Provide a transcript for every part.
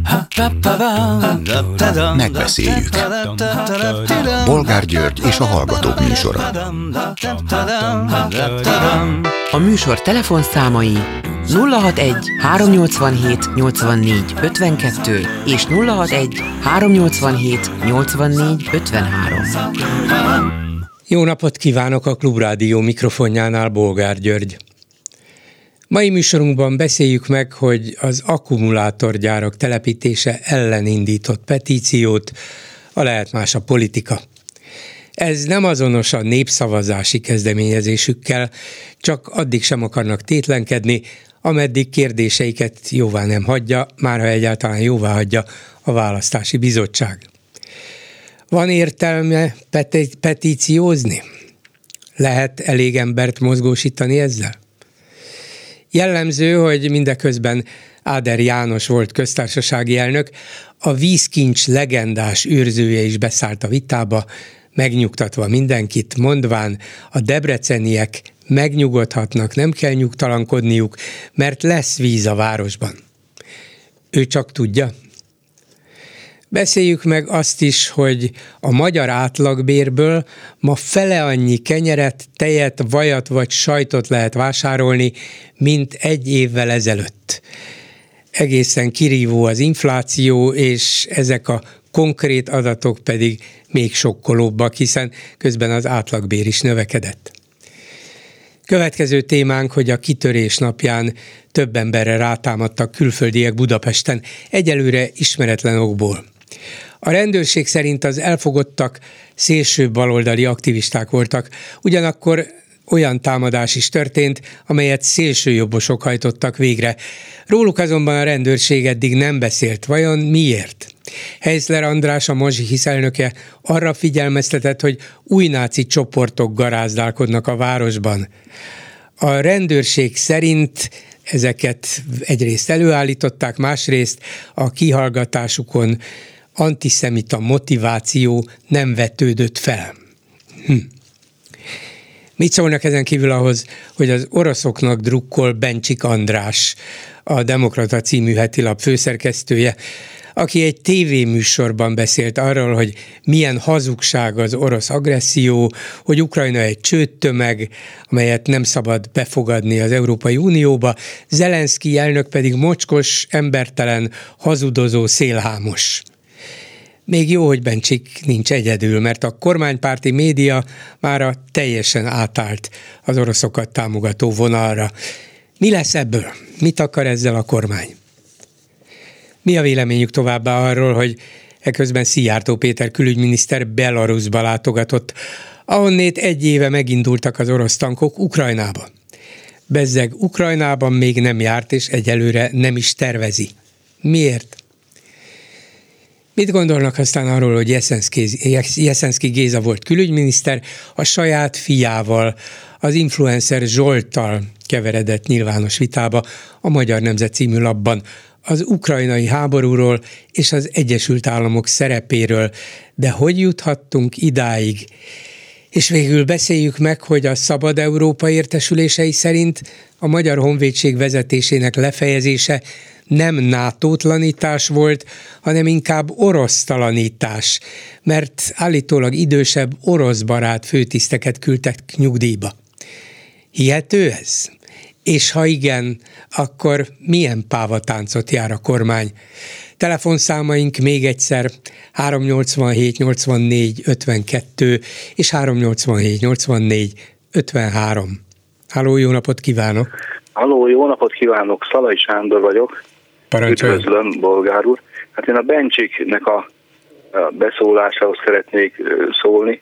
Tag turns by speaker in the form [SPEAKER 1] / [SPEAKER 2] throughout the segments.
[SPEAKER 1] Megbeszéljük. Bolgár György és a Hallgatók műsora.
[SPEAKER 2] A műsor telefonszámai 061 387 84 52 és 061 387 84 53.
[SPEAKER 3] Jó napot kívánok, a Klubrádió mikrofonjánál Bolgár György. Mai műsorunkban beszéljük meg, hogy az akkumulátorgyárak telepítése ellen indított petíciót, a Lehet más a politika. Ez nem azonos a népszavazási kezdeményezésükkel, csak addig sem akarnak tétlenkedni, ameddig kérdéseiket jóvá nem hagyja, már ha egyáltalán jóvá hagyja a választási bizottság. Van értelme petíciózni? Lehet elég embert mozgósítani ezzel? Jellemző, hogy mindeközben Áder János volt köztársasági elnök, a vízkincs legendás őrzője is beszállt a vitába, megnyugtatva mindenkit, mondván a debreceniek megnyugodhatnak, nem kell nyugtalankodniuk, mert lesz víz a városban. Ő csak tudja. Beszéljük meg azt is, hogy a magyar átlagbérből ma fele annyi kenyeret, tejet, vajat vagy sajtot lehet vásárolni, mint egy évvel ezelőtt. Egészen kirívó az infláció, és ezek a konkrét adatok pedig még sokkolóbbak, hiszen közben az átlagbér is növekedett. Következő témánk, hogy a kitörés napján több emberre rátámadtak külföldiek Budapesten, egyelőre ismeretlen okból. A rendőrség szerint az elfogottak szélső baloldali aktivisták voltak, ugyanakkor olyan támadás is történt, amelyet szélsőjobbosok hajtottak végre. Róluk azonban a rendőrség eddig nem beszélt. Vajon miért? Heisler András, a Mazsihisz elnöke arra figyelmeztetett, hogy új náci csoportok garázdálkodnak a városban. A rendőrség szerint ezeket egyrészt előállították, másrészt a kihallgatásukon antiszemita motiváció nem vetődött fel. Mit szólnak ezen kívül ahhoz, hogy az oroszoknak drukkol Bencsik András, a Demokrata című hetilap főszerkesztője, aki egy tévéműsorban beszélt arról, hogy milyen hazugság az orosz agresszió, hogy Ukrajna egy csődtömeg, amelyet nem szabad befogadni az Európai Unióba, Zelenszkij elnök pedig mocskos, embertelen, hazudozó szélhámos. Még jó, hogy Bencsik nincs egyedül, mert a kormánypárti média mára teljesen átállt az oroszokat támogató vonalra. Mi lesz ebből? Mit akar ezzel a kormány? Mi a véleményük továbbá arról, hogy eközben Szijjártó Péter külügyminiszter Belarusba látogatott, ahonnét egy éve megindultak az orosz tankok Ukrajnába. Bezzeg Ukrajnában még nem járt, és egyelőre nem is tervezi. Miért? Mit gondolnak aztán arról, hogy Jeszenszky Géza volt külügyminiszter, a saját fiával, az influencer Zsolttal keveredett nyilvános vitába a Magyar Nemzet című lapban az ukrajnai háborúról és az Egyesült Államok szerepéről, de hogy juthattunk idáig? És végül beszéljük meg, hogy a Szabad Európa értesülései szerint a Magyar Honvédség vezetésének lefejezése nem nátótlanítás volt, hanem inkább orosztalanítás, mert állítólag idősebb orosz barát főtiszteket küldtek nyugdíjba. Hihető ez? És ha igen, akkor milyen pávatáncot jár a kormány? Telefonszámaink még egyszer 387 84 52 és 387 84 53. Halló, jó napot kívánok!
[SPEAKER 4] Halló, jó napot kívánok! Szalai Sándor vagyok.
[SPEAKER 3] Parancsoljon.
[SPEAKER 4] Üdvözlöm, Bolgár úr. Hát én a Bencsiknek a beszólásához szeretnék szólni.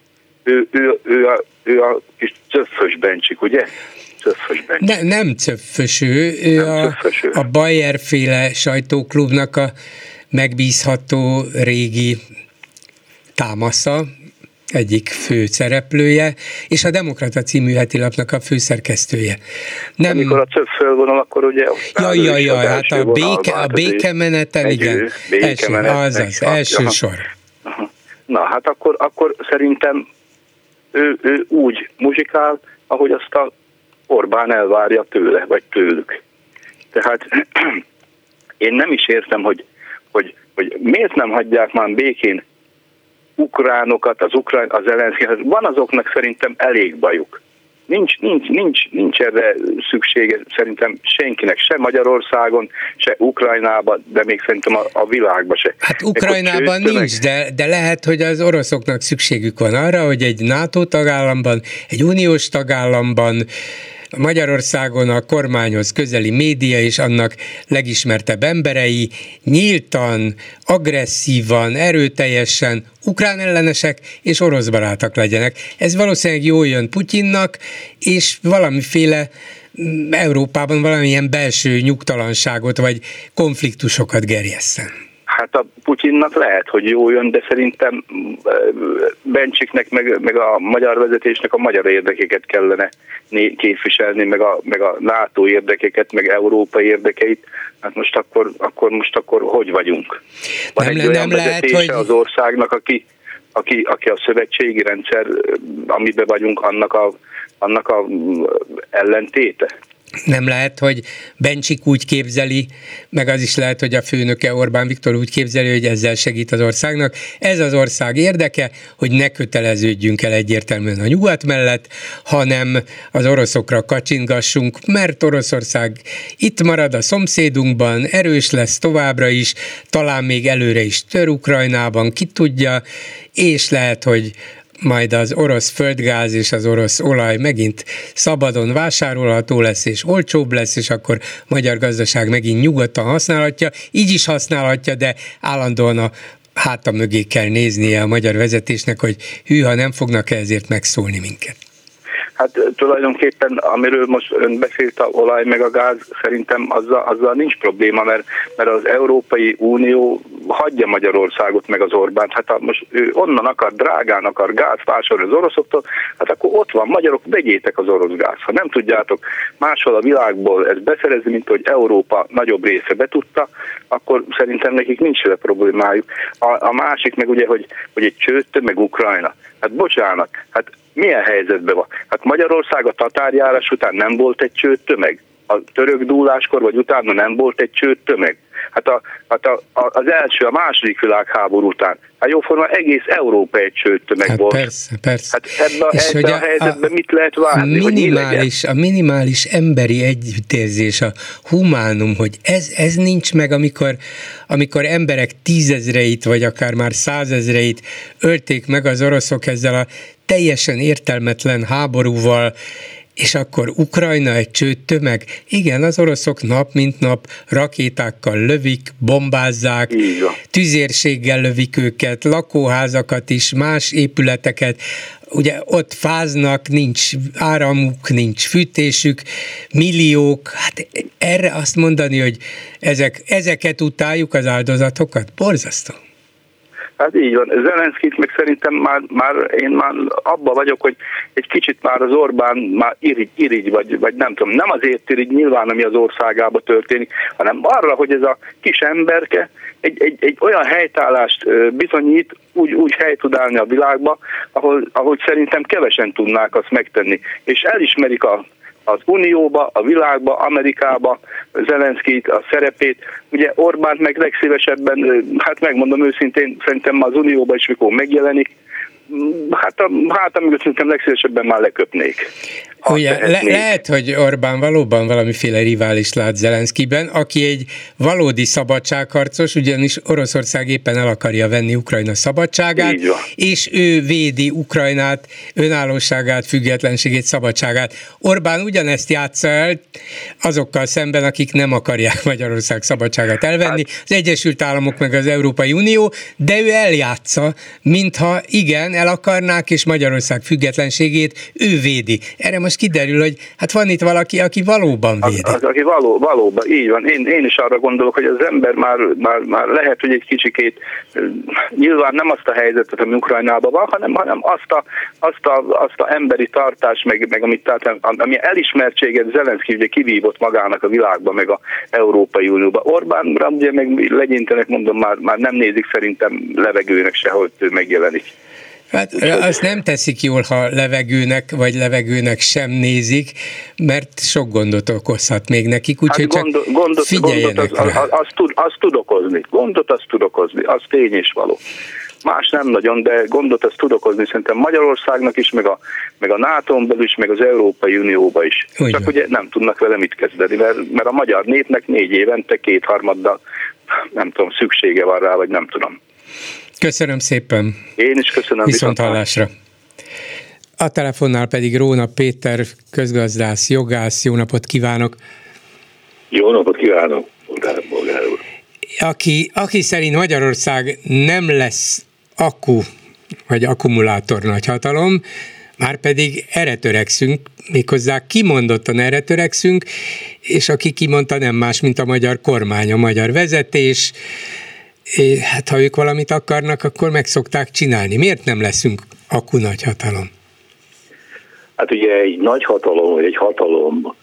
[SPEAKER 4] Ő a kis cöffös Bencsik, ugye? Cöffös Bencsik.
[SPEAKER 3] Nem cöffös ő a Bayer-féle sajtóklubnak a megbízható régi támasza, egyik fő szereplője, és a Demokrata című hetilapnak a főszerkesztője.
[SPEAKER 4] Amikor a cöff fölvonal, akkor ugye...
[SPEAKER 3] Jaj, hát a békemeneten, igen. Első sor.
[SPEAKER 4] Na, hát akkor szerintem ő úgy muzsikál, ahogy azt a Orbán elvárja tőle, vagy tőlük. Tehát én nem is értem, hogy miért nem hagyják már békén ukránokat, az Zelenszkijhez. Van azoknak szerintem elég bajuk. Nincs erre szüksége szerintem senkinek, se Magyarországon, se Ukrajnában, de még szerintem a világban se.
[SPEAKER 3] Hát Ukrajnában nincs, de lehet, hogy az oroszoknak szükségük van arra, hogy egy NATO tagállamban, egy uniós tagállamban, Magyarországon a kormányhoz közeli média és annak legismertebb emberei nyíltan, agresszívan, erőteljesen ukrán ellenesek és orosz barátok legyenek. Ez valószínűleg jól jön Putyinnak, és valamiféle Európában valamilyen belső nyugtalanságot vagy konfliktusokat gerjesszen.
[SPEAKER 4] Hát a Putyinnak lehet, hogy jó jön, de szerintem Bencsiknek, meg a magyar vezetésnek a magyar érdekeket kellene képviselni, meg a NATO érdekeket, meg Európa érdekeit. Hát most akkor hogy vagyunk? Van egy olyan vezetése hogy az országnak, aki a szövetségi rendszer, amiben vagyunk, annak a ellentéte.
[SPEAKER 3] Nem lehet, hogy Bencsik úgy képzeli, meg az is lehet, hogy a főnöke Orbán Viktor úgy képzeli, hogy ezzel segít az országnak. Ez az ország érdeke, hogy ne köteleződjünk el egyértelműen a nyugat mellett, hanem az oroszokra kacsingassunk, mert Oroszország itt marad a szomszédunkban, erős lesz továbbra is, talán még előre is tör Ukrajnában, ki tudja, és lehet, hogy majd az orosz földgáz és az orosz olaj megint szabadon vásárolható lesz, és olcsóbb lesz, és akkor a magyar gazdaság megint nyugodtan használhatja. Így is használhatja, de állandóan a háta mögé kell néznie a magyar vezetésnek, hogy hűha nem fognak ezért megszólni minket.
[SPEAKER 4] Hát tulajdonképpen, amiről most ön beszélt, a olaj meg a gáz, szerintem azzal nincs probléma, mert az Európai Unió hagyja Magyarországot meg az Orbánt. Hát most ő onnan drágán akar gáz vásárolni az oroszoktól, hát akkor ott van, magyarok, vegyétek az orosz gáz. Ha nem tudjátok máshol a világból ezt beszerezni, mint hogy Európa nagyobb része betudta, akkor szerintem nekik nincs vele problémájuk. A másik meg ugye, hogy egy csődtömeg Ukrajna. Hát bocsánat, hát milyen helyzetben van? Hát Magyarország a tatárjárás után nem volt egy csődtömeg? A török dúláskor vagy utána nem volt egy csődtömeg? Az első, a második világháború után. Hát jóformán egész Európa egy csődtömeg
[SPEAKER 3] hát
[SPEAKER 4] volt.
[SPEAKER 3] Persze.
[SPEAKER 4] Hát ebben a helyzetben mit lehet várni?
[SPEAKER 3] A minimális emberi együttérzés, a humánum, hogy ez nincs meg, amikor emberek 10 000-eit, vagy akár már 100 000-eit ölték meg az oroszok ezzel a teljesen értelmetlen háborúval, és akkor Ukrajna egy csődtömeg? Igen, az oroszok nap mint nap rakétákkal lövik, bombázzák, tüzérséggel lövik őket, lakóházakat is, más épületeket, ugye ott fáznak, nincs áramuk, nincs fűtésük, milliók, hát erre azt mondani, hogy ezeket utáljuk, az áldozatokat, borzasztó.
[SPEAKER 4] Hát így van. Zelenszkijt meg szerintem én már abba vagyok, hogy egy kicsit már az Orbán már irigy, vagy nem tudom, nem azért irigy nyilván, ami az országában történik, hanem arra, hogy ez a kis emberke egy olyan helytállást bizonyít, úgy hely tud állni a világba, ahol szerintem kevesen tudnák azt megtenni. És elismerik az Unióba, a világba, Amerikába, Zelenszkijt, a szerepét. Ugye Orbánt meg legszívesebben, hát megmondom őszintén, szerintem az Unióba is mikor megjelenik, hát amikor szerintem legszívesebben már leköpnék.
[SPEAKER 3] Ugye, lehet, hogy Orbán valóban valamiféle rivális lát Zelenszkijben, aki egy valódi szabadságharcos, ugyanis Oroszország éppen el akarja venni Ukrajna szabadságát, és ő védi Ukrajnát, önállóságát, függetlenségét, szabadságát. Orbán ugyanezt játsza el azokkal szemben, akik nem akarják Magyarország szabadságát elvenni, az Egyesült Államok meg az Európai Unió, de ő eljátsza, mintha igen, el akarnák, és Magyarország függetlenségét ő védi. Erre most kiderül, hogy hát van itt valaki, aki valóban védi.
[SPEAKER 4] Aki valóban, így van. Én is arra gondolok, hogy az ember már lehet, hogy egy kicsikét nyilván nem azt a helyzetet, ami Ukrajnában van, hanem azt a emberi tartás, meg ami elismertséget Zelenszkij ugye kivívott magának a világban, meg a Európai Unióban. Orbánra ugye meg legyintenek, mondom, már nem nézik szerintem levegőnek se, hogy ő megjelenik.
[SPEAKER 3] Hát azt nem teszik jól, ha levegőnek sem nézik, mert sok gondot okozhat még nekik, úgyhogy csak figyeljenek rá.
[SPEAKER 4] Azt tud okozni. Gondot azt tud okozni, az tény és való. Más nem nagyon, de gondot ezt tud okozni szerintem Magyarországnak is, meg a NATO-n belül is, meg az Európai Unióban is. Úgy csak ugye nem tudnak vele mit kezdeni, mert a magyar népnek 4 évente 2/3 nem tudom, szüksége van rá, vagy nem tudom.
[SPEAKER 3] Köszönöm szépen.
[SPEAKER 4] Én is köszönöm.
[SPEAKER 3] Viszonthallásra. A telefonnál pedig Róna Péter, közgazdász, jogász. Jó napot kívánok!
[SPEAKER 5] Jó napot kívánok, bolgár úr!
[SPEAKER 3] Aki szerint Magyarország nem lesz vagy akkumulátor nagyhatalom, márpedig erre törekszünk, méghozzá kimondottan erre törekszünk, és aki kimondta nem más, mint a magyar kormány, a magyar vezetés. Hát ha ők valamit akarnak, akkor meg szokták csinálni. Miért nem leszünk akku nagyhatalom?
[SPEAKER 5] Hát ugye egy nagyhatalom, vagy egy hatalom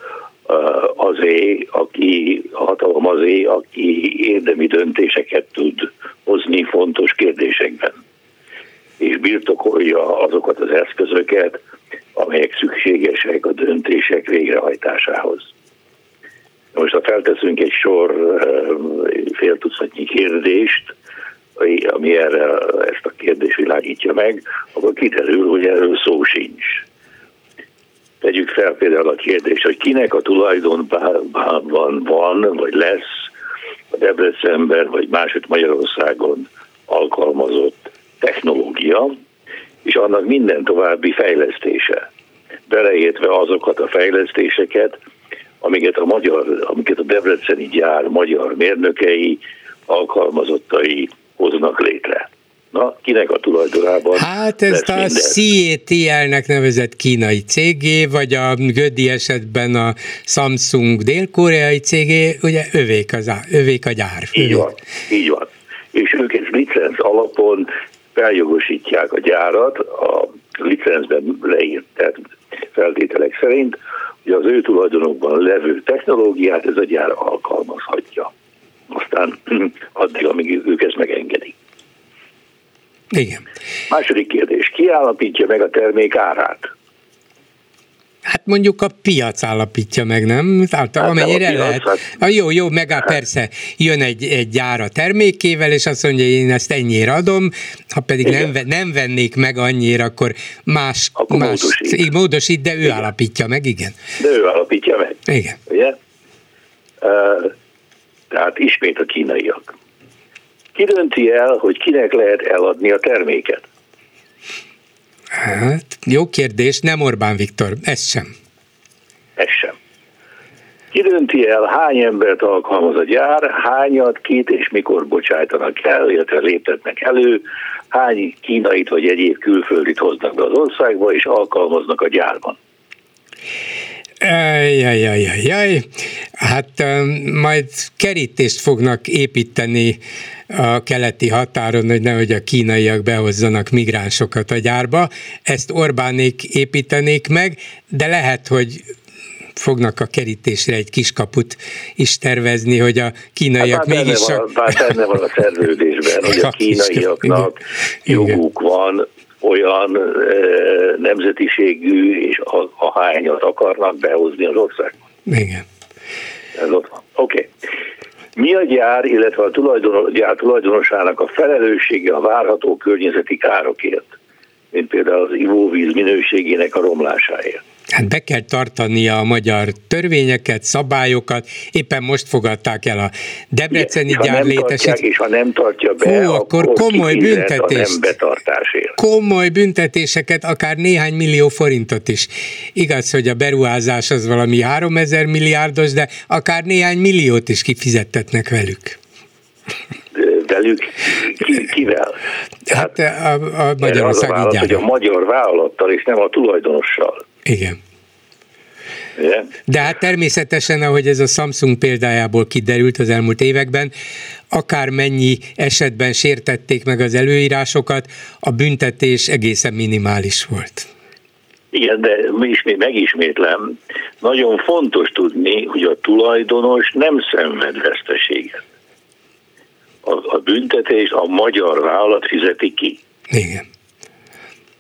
[SPEAKER 5] aki érdemi döntéseket tud hozni fontos kérdésekben, és birtokolja azokat az eszközöket, amelyek szükségesek a döntések végrehajtásához. Most ha felteszünk egy sor fél tucatnyi kérdést, ami ezt a kérdést világítja meg, akkor kiderül, hogy erről szó sincs. Tegyük fel például a kérdést, hogy kinek a tulajdonban van, vagy lesz a Debrecenben, vagy máshogy Magyarországon alkalmazott technológia, és annak minden további fejlesztése. Beleértve azokat a fejlesztéseket, amiket a debreceni gyár magyar mérnökei, alkalmazottai hoznak létre. Na, kinek a tulajdonában?
[SPEAKER 3] Hát ezt a CATL-nek nevezett kínai cégé, vagy a Gödi esetben a Samsung dél-koreai cégé, ugye övék a gyár.
[SPEAKER 5] Így van. És ők egy licenc alapon feljogosítják a gyárat a licencben leírt feltételek szerint, hogy az ő tulajdonokban levő technológiát ez a gyár alkalmazhatja. Aztán addig, amíg ők ezt megengedik.
[SPEAKER 3] Igen. Második
[SPEAKER 5] kérdés. Ki állapítja meg a termék árát?
[SPEAKER 3] Hát mondjuk a piac állapítja meg, nem? Amennyire lehet. Jó, persze jön egy gyár a termékével, és azt mondja, én ezt ennyire adom, ha pedig nem vennék meg annyira, akkor más módosít, de ő állapítja meg, igen.
[SPEAKER 5] De ő állapítja meg.
[SPEAKER 3] Igen.
[SPEAKER 5] Ugye? Tehát ismét a kínaiak. Ki dönti el, hogy kinek lehet eladni a terméket?
[SPEAKER 3] Hát, jó kérdés, nem Orbán Viktor, ez sem.
[SPEAKER 5] Ki dönti el, hány embert alkalmaz a gyár, hányat, kit és mikor bocsájtanak el, illetve léptetnek elő, hány kínait vagy egyéb külföldit hoznak be az országba, és alkalmaznak a gyárban?
[SPEAKER 3] Jaj. Hát majd kerítést fognak építeni a keleti határon, hogy nehogy a kínaiak behozzanak migránsokat a gyárba. Ezt Orbánék építenék meg, de lehet, hogy fognak a kerítésre egy kiskaput is tervezni, hogy a kínaiak mégis...
[SPEAKER 5] Benne van a szerződésben, hogy a kínaiaknak joguk van olyan nemzetiségű, és ahányat akarnak behozni az országban.
[SPEAKER 3] Igen.
[SPEAKER 5] Ez ott van. Oké. Mi a gyár, illetve a gyár tulajdonosának a felelőssége a várható környezeti károkért, mint például az ivóvíz minőségének a romlásáért?
[SPEAKER 3] Hát be kell tartania a magyar törvényeket, szabályokat, éppen most fogadták el a debreceni gyár létesítését.
[SPEAKER 5] És ha nem tartja be,
[SPEAKER 3] akkor komoly büntetés.
[SPEAKER 5] A nem betartásért.
[SPEAKER 3] Komoly büntetéseket, akár néhány millió forintot is. Igaz, hogy a beruházás az valami 3000 milliárdos, de akár néhány milliót is kifizettetnek velük.
[SPEAKER 5] Velük? Kivel?
[SPEAKER 3] Hát a magyarországi gyár.
[SPEAKER 5] Hogy a magyar vállalattal, és nem a tulajdonossal.
[SPEAKER 3] Igen.
[SPEAKER 5] Yeah.
[SPEAKER 3] De hát természetesen, ahogy ez a Samsung példájából kiderült az elmúlt években, akármennyi esetben sértették meg az előírásokat, a büntetés egészen minimális volt.
[SPEAKER 5] Igen, de megismétlem, nagyon fontos tudni, hogy a tulajdonos nem szenved veszteséget. A büntetést a magyar vállalat fizeti ki.
[SPEAKER 3] Igen.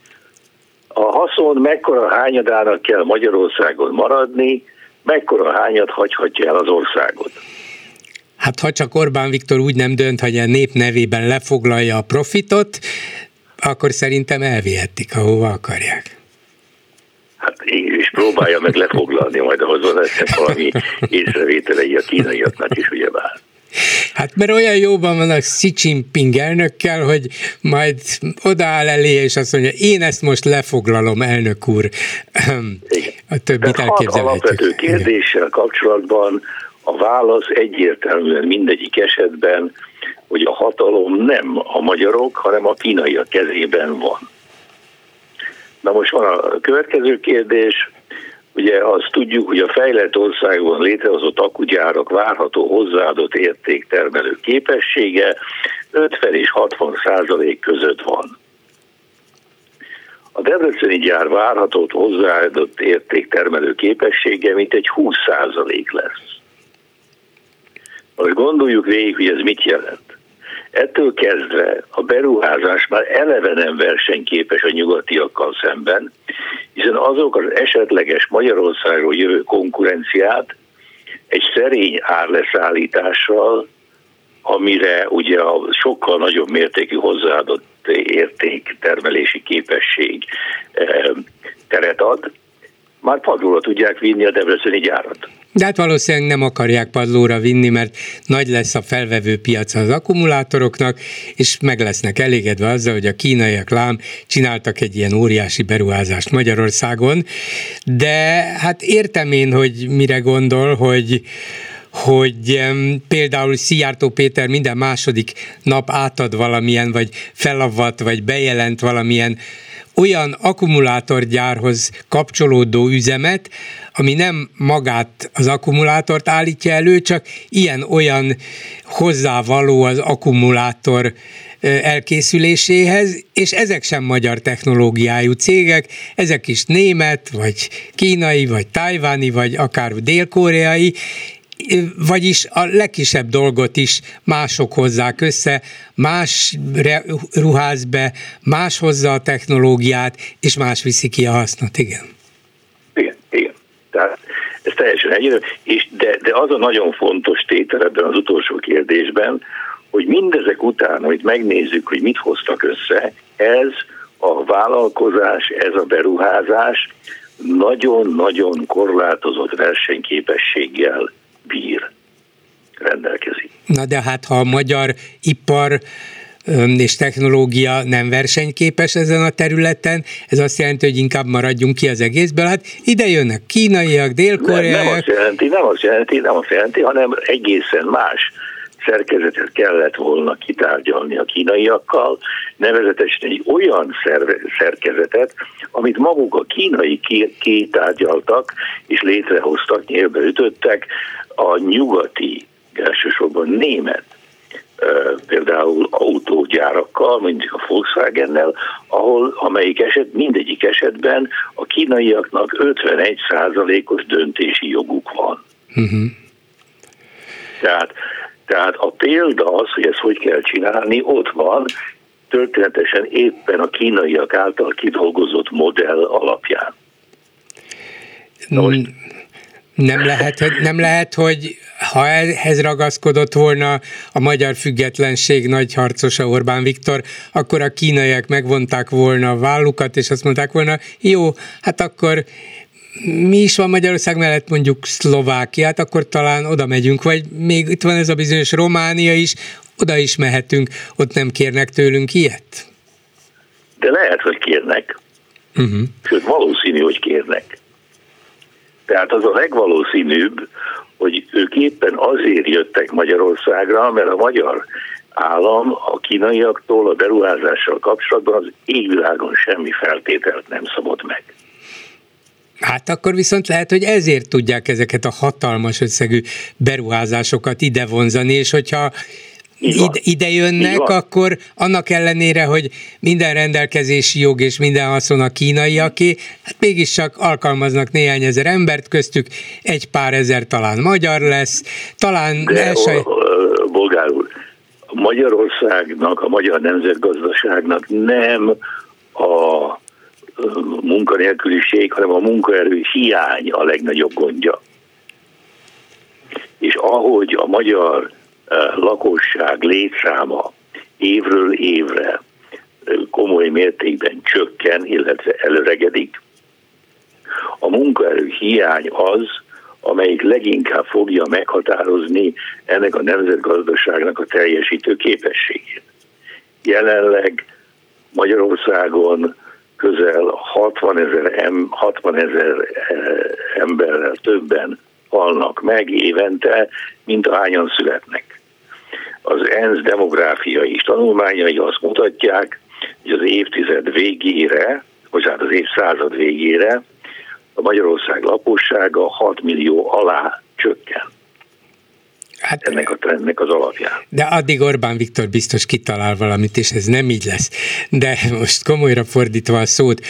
[SPEAKER 5] A haszon mekkora hányadának kell Magyarországon maradni, mekkora hányad hagyhatja el az országot.
[SPEAKER 3] Hát ha csak Orbán Viktor úgy nem dönt, hogy a nép nevében lefoglalja a profitot, akkor szerintem elvihetik, ahova akarják.
[SPEAKER 5] Hát és próbálja meg lefoglalni, majd ahhoz lesznek valami észrevételei a kínaiaknak is, ugyebár.
[SPEAKER 3] Hát mert olyan jóban van a Xi Jinping elnökkel, hogy majd odaáll elé, és azt mondja, én ezt most lefoglalom, elnök úr. A többit elképzelhetjük.
[SPEAKER 5] Alapvető kérdéssel kapcsolatban a válasz egyértelműen mindegyik esetben, hogy a hatalom nem a magyarok, hanem a kínaiak kezében van. Na most van a következő kérdés, ugye azt tudjuk, hogy a fejlett országban létrehozott akugyárak várható hozzáadott értéktermelő képessége 50 és 60% között van. A debreceni gyár várható hozzáadott értéktermelő képessége mintegy 20% lesz. Most gondoljuk végig, hogy ez mit jelent. Ettől kezdve a beruházás már eleve nem versenyképes a nyugatiakkal szemben, hiszen azok az esetleges Magyarországról jövő konkurenciát egy szerény árleszállítással, amire ugye a sokkal nagyobb mértékű hozzáadott értéktermelési képesség teret ad, már padlóra tudják vinni a debreceni gyárat.
[SPEAKER 3] De hát valószínűleg nem akarják padlóra vinni, mert nagy lesz a felvevő piaca az akkumulátoroknak, és meg lesznek elégedve azzal, hogy a kínaiak lám csináltak egy ilyen óriási beruházást Magyarországon. De hát értem én, hogy mire gondol, hogy például Szijjártó Péter minden második nap átad valamilyen, vagy felavat, vagy bejelent valamilyen olyan akkumulátorgyárhoz kapcsolódó üzemet, ami nem magát az akkumulátort állítja elő, csak ilyen-olyan hozzávaló az akkumulátor elkészüléséhez, és ezek sem magyar technológiájú cégek, ezek is német, vagy kínai, vagy tajvani, vagy akár dél-koreai, vagyis a legkisebb dolgot is mások hozzák össze, más ruház be, más hozza a technológiát, és más viszi ki a hasznot, igen.
[SPEAKER 5] Igen. Tehát ez teljesen egyértelmű, de az a nagyon fontos tétel ebben az utolsó kérdésben, hogy mindezek után, amit megnézzük, hogy mit hoztak össze, ez a vállalkozás, ez a beruházás nagyon-nagyon korlátozott versenyképességgel rendelkezik.
[SPEAKER 3] Na de hát, ha a magyar ipar és technológia nem versenyképes ezen a területen, ez azt jelenti, hogy inkább maradjunk ki az egészből. Hát ide jönnek kínaiak, dél-koreaiak.
[SPEAKER 5] Nem azt jelenti, hanem egészen más szerkezetet kellett volna kitárgyalni a kínaiakkal, nevezetesen egy olyan szerkezetet, amit maguk a kínai kitárgyaltak és létrehoztak, nyílbe ütöttek a nyugati, elsősorban német, például autógyárakkal, mondjuk a Volkswagennel, mindegyik esetben a kínaiaknak 51%-os döntési joguk van. Uh-huh. Tehát a példa az, hogy ezt hogy kell csinálni, ott van, történetesen éppen a kínaiak által kidolgozott modell alapján.
[SPEAKER 3] Nem lehet, hogy ha ehhez ragaszkodott volna a magyar függetlenség nagy harcosa Orbán Viktor, akkor a kínaiak megvonták volna a vállukat, és azt mondták volna, jó, hát akkor mi is van Magyarország mellett, mondjuk Szlovákiát, akkor talán oda megyünk, vagy még itt van ez a bizonyos Románia is, oda is mehetünk, ott nem kérnek tőlünk ilyet?
[SPEAKER 5] De lehet, hogy kérnek. Uh-huh. Sőt, valószínű, hogy kérnek. Tehát az a legvalószínűbb, hogy ők éppen azért jöttek Magyarországra, mert a magyar állam a kínaiaktól a beruházással kapcsolatban az égvilágon semmi feltételt nem szabott meg.
[SPEAKER 3] Hát akkor viszont lehet, hogy ezért tudják ezeket a hatalmas összegű beruházásokat ide vonzani, és hogyha ide jönnek, akkor annak ellenére, hogy minden rendelkezési jog és minden haszon a kínaiaké, hát mégiscsak alkalmaznak néhány ezer embert, köztük egy pár ezer talán magyar lesz, talán...
[SPEAKER 5] Bolgár úr, Magyarországnak, a magyar nemzetgazdaságnak nem a munkanélküliség, hanem a munkaerő hiány a legnagyobb gondja. És ahogy a magyar lakosság létszáma évről évre komoly mértékben csökken, illetve előregedik, a munkaerő hiány az, amelyik leginkább fogja meghatározni ennek a nemzetgazdaságnak a teljesítő képességét. Jelenleg Magyarországon közel 60 000 emberrel többen halnak meg évente, mint ahányan születnek. Az ENSZ demográfiai tanulmányai azt mutatják, hogy az évtized végére, bocsánat, az évszázad végére a Magyarország lakossága 6 millió alá csökken. Hát, ennek a trendnek az alapján.
[SPEAKER 3] De addig Orbán Viktor biztos kitalál valamit, és ez nem így lesz. De most komolyra fordítva a szót,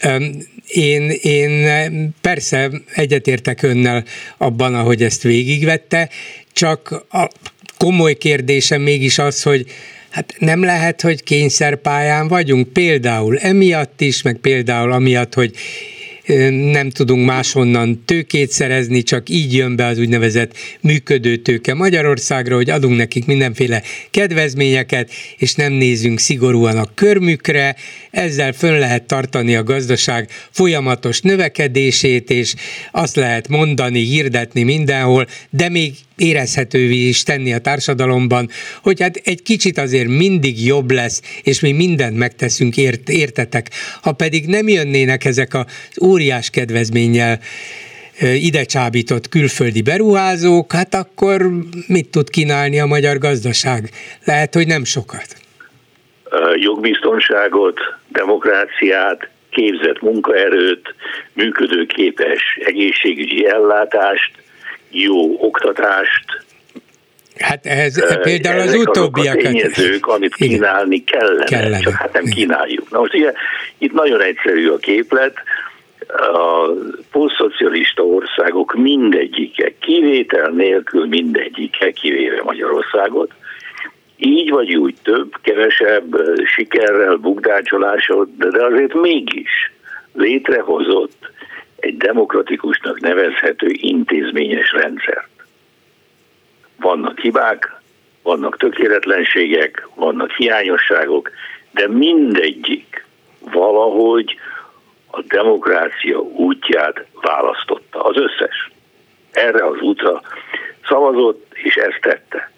[SPEAKER 3] én persze egyetértek önnel abban, ahogy ezt végigvette, csak a komoly kérdésem mégis az, hogy hát nem lehet, hogy kényszerpályán vagyunk, például emiatt is, meg például amiatt, hogy nem tudunk máshonnan tőkét szerezni, csak így jön be az úgynevezett működő tőke Magyarországra, hogy adunk nekik mindenféle kedvezményeket, és nem nézünk szigorúan a körmükre, ezzel fönn lehet tartani a gazdaság folyamatos növekedését, és azt lehet mondani, hirdetni mindenhol, de még érezhetővé is tenni a társadalomban, hogy hát egy kicsit azért mindig jobb lesz, és mi mindent megteszünk, értetek. Ha pedig nem jönnének ezek az óriás kedvezménnyel ide csábított külföldi beruházók, hát akkor mit tud kínálni a magyar gazdaság? Lehet, hogy nem sokat.
[SPEAKER 5] Jogbiztonságot, demokráciát, képzett munkaerőt, működőképes egészségügyi ellátást, jó oktatást.
[SPEAKER 3] Hát ez például az utóbbiakat.
[SPEAKER 5] Ezek a tényezők, amit kínálni kellene, csak hát nem kínáljuk. Na most ugye itt nagyon egyszerű a képlet, a posztszocialista országok mindegyike, kivétel nélkül mindegyike, kivéve Magyarországot, így vagy úgy több, kevesebb sikerrel, bukdácsolással, de azért mégis létrehozott egy demokratikusnak nevezhető intézményes rendszert. Vannak hibák, vannak tökéletlenségek, vannak hiányosságok, de mindegyik valahogy a demokrácia útját választotta. Az összes. Erre az útra szavazott, és ezt tette.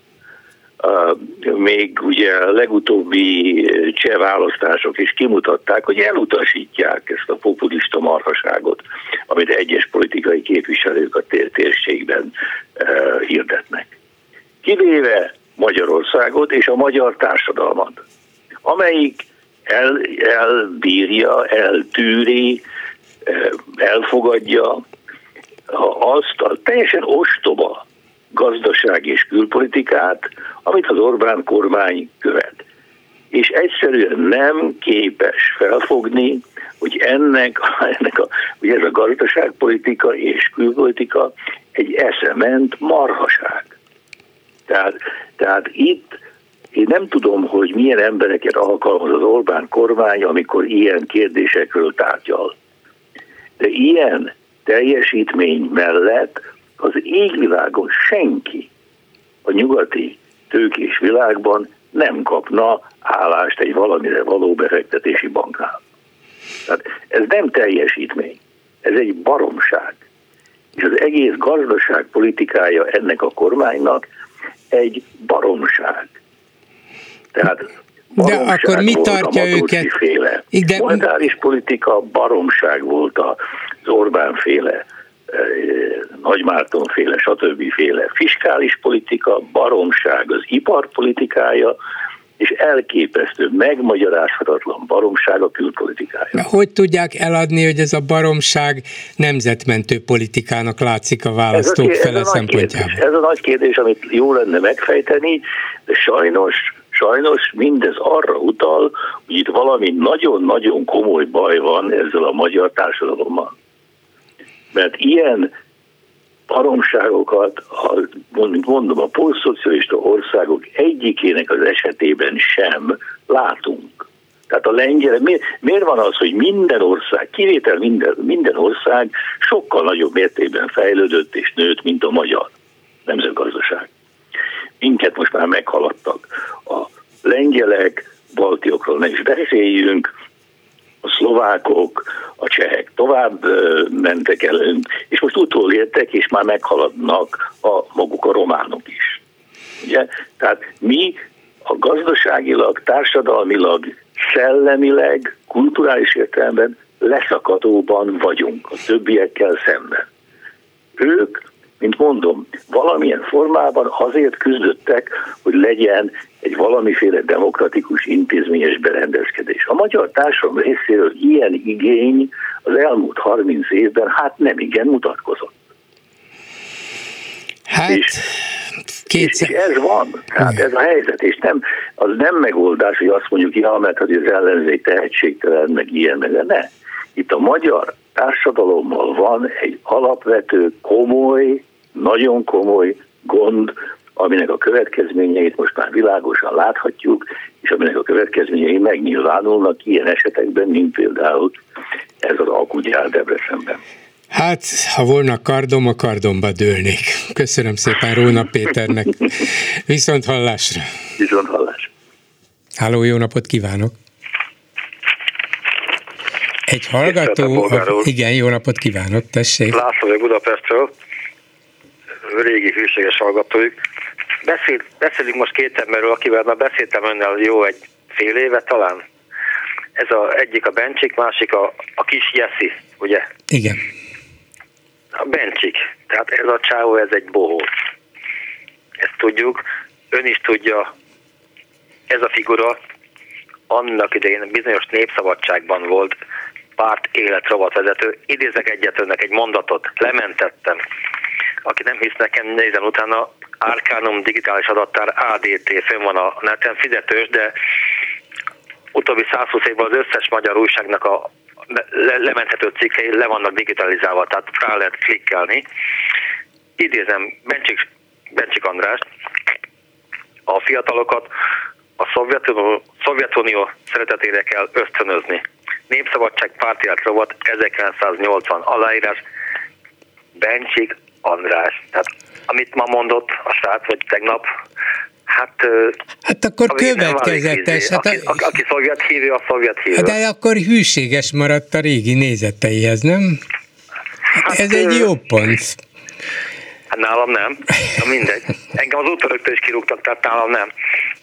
[SPEAKER 5] Még ugye a legutóbbi cseh választások is kimutatták, hogy elutasítják ezt a populista marhaságot, amit egyes politikai képviselők a térségben hirdetnek. Kivéve Magyarországot és a magyar társadalmat, amelyik elbírja, eltűri, elfogadja azt a teljesen ostoba gazdaság és külpolitikát, amit az Orbán kormány követ. És egyszerűen nem képes felfogni, hogy hogy ez a gazdaságpolitika és külpolitika egy eszement marhaság. Tehát itt én nem tudom, hogy milyen embereket alkalmaz az Orbán kormány, amikor ilyen kérdésekről tárgyal. De ilyen teljesítmény mellett az égvilágon senki a nyugati tőkés világban nem kapna állást egy valamire való befektetési banknál. Tehát ez nem teljesítmény, ez egy baromság. És az egész gazdaságpolitikája ennek a kormánynak egy baromság. Tehát
[SPEAKER 3] de akkor mi tartja őket?
[SPEAKER 5] Monetáris politika baromság volt az Orbán féle, Nagy Márton féle, stb. Féle. Fiskális politika baromság az iparpolitikája, és elképesztő, megmagyarázhatatlan baromság a külpolitikája.
[SPEAKER 3] Hogy tudják eladni, hogy ez a baromság nemzetmentő politikának látszik a választók fele szempontjából?
[SPEAKER 5] Ez a nagy kérdés, amit jó lenne megfejteni, de sajnos mindez arra utal, hogy itt valami nagyon-nagyon komoly baj van ezzel a magyar társadalommal. Mert ilyen baromságokat, mondom, a posztszocialista országok egyikének az esetében sem látunk. Tehát a lengyelek, miért van az, hogy minden ország, kivétel minden ország sokkal nagyobb mértékben fejlődött és nőtt, mint a magyar nemzetgazdaság. Minket most már meghaladtak. A lengyelek, baltiokról ne is beszéljünk, a szlovákok, a csehek tovább mentek előn, és most utolértek, és már meghaladnak maguk a románok is. Ugye? Tehát mi a gazdaságilag, társadalmilag, szellemileg, kulturális értelemben leszakadóban vagyunk a többiekkel szemben. Ők, mint mondom, valamilyen formában azért küzdöttek, hogy legyen egy valamiféle demokratikus intézményes berendezkedés. A magyar társadalom részéről ilyen igény az elmúlt 30 évben nem igen mutatkozott. És ez van, tehát ez a helyzet, és az nem megoldás, hogy azt mondjuk, mert hogy az ellenzék tehetségtelen, meg ilyen, meg ne. Itt a magyar társadalommal van egy alapvető, komoly, nagyon komoly gond, aminek a következményeit most már világosan láthatjuk, és aminek a következményei megnyilvánulnak ilyen esetekben, mint például ez az alkugyár Debrecenben.
[SPEAKER 3] Ha volna kardom, a kardomba dőlnék. Köszönöm szépen Róna Péternek. Viszont hallásra.
[SPEAKER 5] Viszont hallásra.
[SPEAKER 3] Háló, jó napot kívánok. Egy hallgató... Igen, jó napot kívánok, tessék.
[SPEAKER 6] László vagy Budapestről. Régi hűséges hallgatójuk. Beszélünk most két emberről, akivel már beszéltem önnel jó egy fél éve talán. Ez egyik a Bencsik, másik a kis Jeszi, ugye?
[SPEAKER 3] Igen.
[SPEAKER 6] A Bencsik, tehát ez a csávó, ez egy bohóc. Ezt tudjuk, ön is tudja, ez a figura annak idején bizonyos Népszabadságban volt párt életrovatvezető. Idézek egyet önnek egy mondatot, lementettem. Aki nem hisz nekem, nézzen utána, Arcanum digitális adattár ADT fönn van a neten, fizetős, de utóbbi 120 évben az összes magyar újságnak a lementhető cikkei le vannak digitalizálva, tehát rá lehet klikkelni. Idézem Bencsik Andrást, a fiatalokat a Szovjetunió szeretetére kell ösztönözni. Népszabadság pártiát rovat 1980 aláírás, Bencsik András. Tehát amit ma mondott a srác, vagy tegnap, hát
[SPEAKER 3] akkor következetes.
[SPEAKER 6] Aki szovjet hívő, a szovjet hívő.
[SPEAKER 3] De akkor hűséges maradt a régi nézeteihez, nem? Ez egy jó pont.
[SPEAKER 6] Hát nálam nem. Mindegy. Engem az úttöröktől is kirúgtak, tehát nálam nem.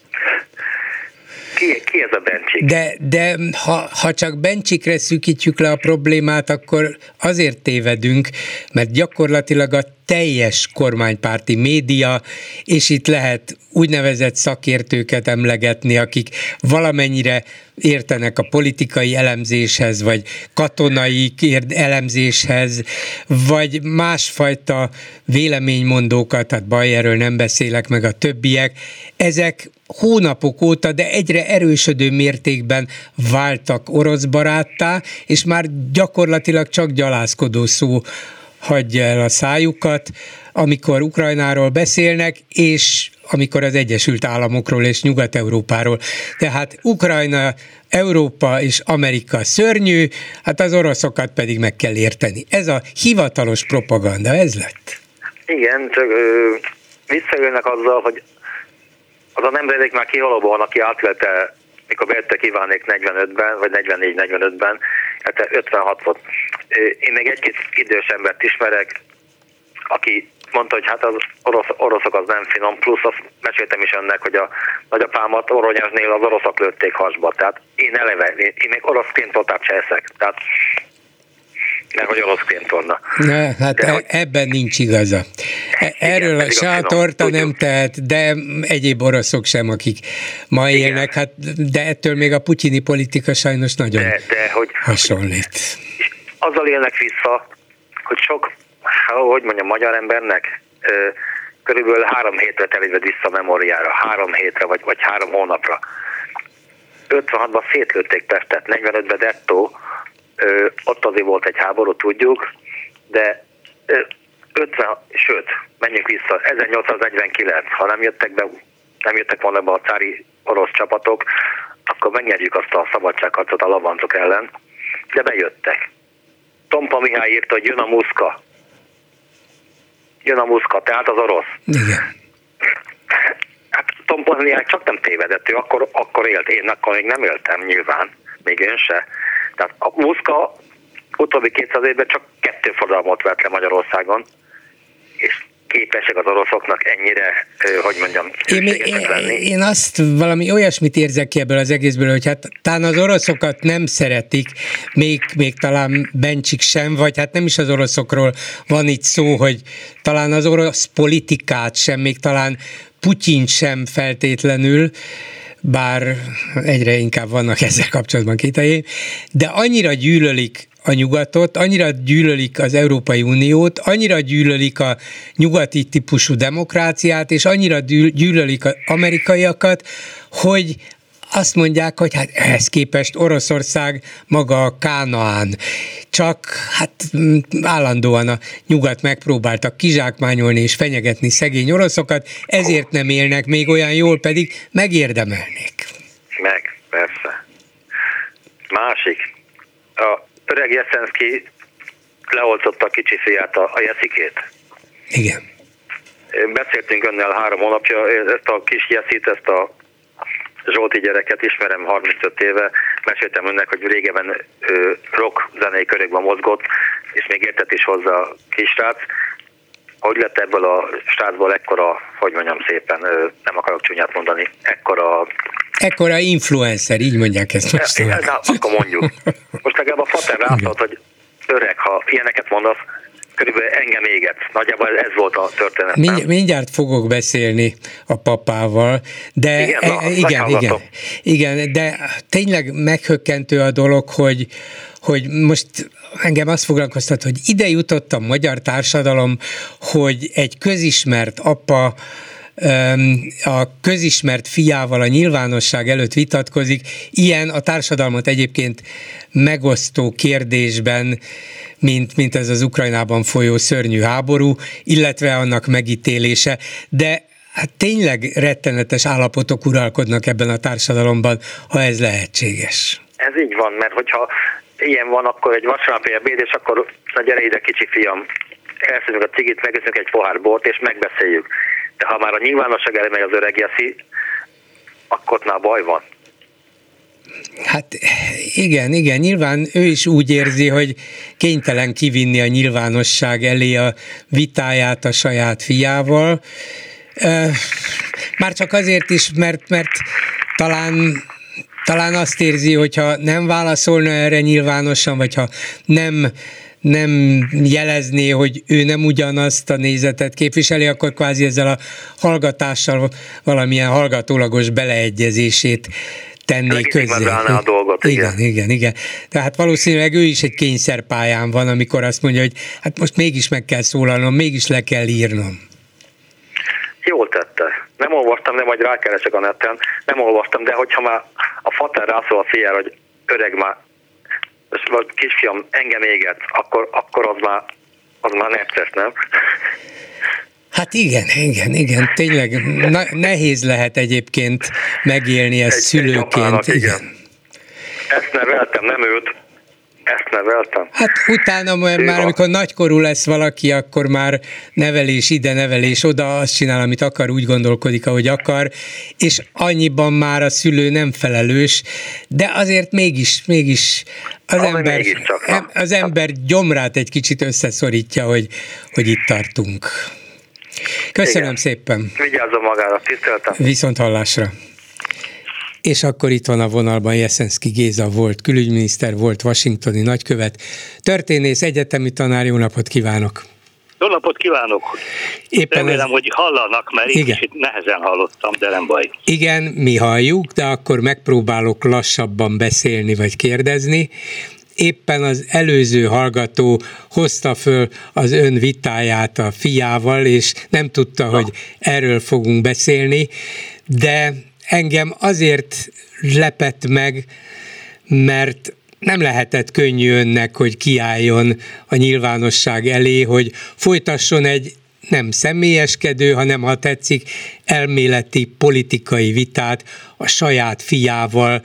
[SPEAKER 6] Ki ez a Bencsik?
[SPEAKER 3] De ha csak Bencsikre szűkítjük le a problémát, akkor azért tévedünk, mert gyakorlatilag a teljes kormánypárti média, és itt lehet úgynevezett szakértőket emlegetni, akik valamennyire értenek a politikai elemzéshez, vagy katonai elemzéshez, vagy másfajta véleménymondókat, tehát Bayerről nem beszélek, meg a többiek, ezek hónapok óta, de egyre erősödő mértékben váltak oroszbaráttá, és már gyakorlatilag csak gyalázkodó szó hagyja el a szájukat, amikor Ukrajnáról beszélnek, és amikor az Egyesült Államokról és Nyugat-Európáról. Tehát Ukrajna, Európa és Amerika szörnyű, hát az oroszokat pedig meg kell érteni. Ez a hivatalos propaganda, ez lett.
[SPEAKER 6] Igen, csak visszajönnek azzal, hogy az a nemzedék már kihalóban, aki átélte, mikor bejöttek Ivánék 45-ben, vagy 44-45-ben, hát 56 volt. Én még egy-két idős embert ismerek, aki mondta, hogy hát az oroszok az nem finom, plusz azt meséltem is önnek, hogy a nagyapámat Oronyásnél az oroszok lőtték hasba. Tehát én még orosz krémtortát se eszek. Tehát mert hogy oroszként volna.
[SPEAKER 3] Hát ebben nincs igaza. Erről se a torta nem tehet, de egyéb oroszok sem, akik ma élnek, hát, de ettől még a putyini politika sajnos nagyon hasonlít.
[SPEAKER 6] Azzal élnek vissza, hogy sok, magyar embernek körülbelül 3 hétre terjedett vissza a memóriára, 3 hétre, vagy 3 hónapra. 56-ban szétlőtték Pestet, 45-ben dettó, ott azért volt egy háború, tudjuk, de 50, sőt, menjünk vissza, 1849, ha nem jöttek volna be a cári orosz csapatok, amikor megnyerjük azt a szabadságharcot a labancok ellen, de bejöttek. Tompa Mihály írta, hogy jön a muszka. Jön a muszka, tehát az orosz.
[SPEAKER 3] Igen.
[SPEAKER 6] Hát Tompa Mihály csak nem tévedett, ő akkor élt, én akkor még nem éltem nyilván, még én se. Tehát a muszka utóbbi 200 évben csak 2 forradalmat vett le Magyarországon, és képesek az oroszoknak ennyire, hogy mondjam, lenni.
[SPEAKER 3] Én azt valami olyasmit érzek ki ebből az egészből, hogy hát talán az oroszokat nem szeretik, még talán Bencsik sem, vagy hát nem is az oroszokról van itt szó, hogy talán az orosz politikát sem, még talán Putyint sem feltétlenül, bár egyre inkább vannak ezzel kapcsolatban kételjeim, de annyira gyűlölik a nyugatot, annyira gyűlölik az Európai Uniót, annyira gyűlölik a nyugati típusú demokráciát, és annyira gyűlölik az amerikaiakat, hogy azt mondják, hogy hát ehhez képest Oroszország maga a Kánaán. Csak hát állandóan a nyugat megpróbáltak kizsákmányolni és fenyegetni szegény oroszokat, ezért nem élnek még olyan jól, pedig megérdemelnék.
[SPEAKER 6] Meg, persze. Másik. A öreg Jeszenszky leoltotta a kicsi fiát, a Jeszikét.
[SPEAKER 3] Igen.
[SPEAKER 6] Beszéltünk önnel 3 hónapja, ezt a kis Jeszit, ezt a Zsolti gyereket ismerem 35 éve, meséltem önnek, hogy régebben rock zenei körökben mozgott, és még értett is hozzá a kisrác. Hogy lett ebből a srácból ekkora, hogy mondjam szépen, nem akarok csúnyát mondani, ekkora
[SPEAKER 3] influencer, így mondják ezt most.
[SPEAKER 6] Akkor mondjuk. Most legalább a fater rászalt, hogy öreg, ha ilyeneket mondasz, körülbelül engem éget. Nagyjából ez volt a történet.
[SPEAKER 3] Mindjárt fogok beszélni a papával, de igen, de tényleg meghökkentő a dolog, hogy most engem azt foglalkoztat, hogy ide jutott a magyar társadalom, hogy egy közismert apa a közismert fiával a nyilvánosság előtt vitatkozik, ilyen a társadalmat egyébként megosztó kérdésben, mint ez az Ukrajnában folyó szörnyű háború, illetve annak megítélése, de hát tényleg rettenetes állapotok uralkodnak ebben a társadalomban, ha ez lehetséges.
[SPEAKER 6] Ez így van, mert hogyha ilyen van, akkor egy vasárnapi ebéd, és akkor na gyere ide kicsi fiam, elszedjük a cigit, megeszünk egy pohár bort, és megbeszéljük. De ha már a nyilvánosság elé megy az öreg Jeszi, akkor már baj van.
[SPEAKER 3] Hát igen, nyilván ő is úgy érzi, hogy kénytelen kivinni a nyilvánosság elé a vitáját a saját fiával. Már csak azért is, mert talán azt érzi, hogyha nem válaszolna erre nyilvánosan, vagy ha nem jelezné, hogy ő nem ugyanazt a nézetet képviseli, akkor kvázi ezzel a hallgatással valamilyen hallgatólagos beleegyezését tenné közzé.
[SPEAKER 6] A dolgot,
[SPEAKER 3] igen. Tehát valószínűleg ő is egy kényszerpályán van, amikor azt mondja, hogy hát most mégis meg kell szólalnom, mégis le kell írnom.
[SPEAKER 6] Jól tette. Nem olvastam, de majd rákeresek a neten. Nem olvastam, de hogyha már a fater rászól a fiára, hogy öreg már, vagy kisfiam engem éget, akkor az már necces, nem?
[SPEAKER 3] Hát igen, tényleg nehéz lehet egyébként megélni ezt szülőként.
[SPEAKER 6] Apának, igen. Ezt neveltem, nem őt. Ezt neveltem.
[SPEAKER 3] Hát utána már amikor nagykorú lesz valaki, akkor már nevelés ide, nevelés oda, azt csinál, amit akar, úgy gondolkodik, ahogy akar, és annyiban már a szülő nem felelős, de azért mégis az ember gyomrát egy kicsit összeszorítja, hogy itt tartunk. Köszönöm szépen.
[SPEAKER 6] Vigyázzon magára, tiszteltem.
[SPEAKER 3] Viszont hallásra. És akkor itt van a vonalban Jeszenszky Géza, volt külügyminiszter, volt washingtoni nagykövet, történész, egyetemi tanár, jó napot kívánok!
[SPEAKER 7] Jó napot kívánok! Remélem, hogy hallanak, mert én is nehezen hallottam, de nem baj.
[SPEAKER 3] Igen, mi halljuk, de akkor megpróbálok lassabban beszélni vagy kérdezni. Éppen az előző hallgató hozta föl az ön vitáját a fiával, és nem tudta, hogy erről fogunk beszélni, de engem azért lepett meg, mert nem lehetett könnyű önnek, hogy kiálljon a nyilvánosság elé, hogy folytasson egy nem személyeskedő, hanem ha tetszik, elméleti politikai vitát a saját fiával.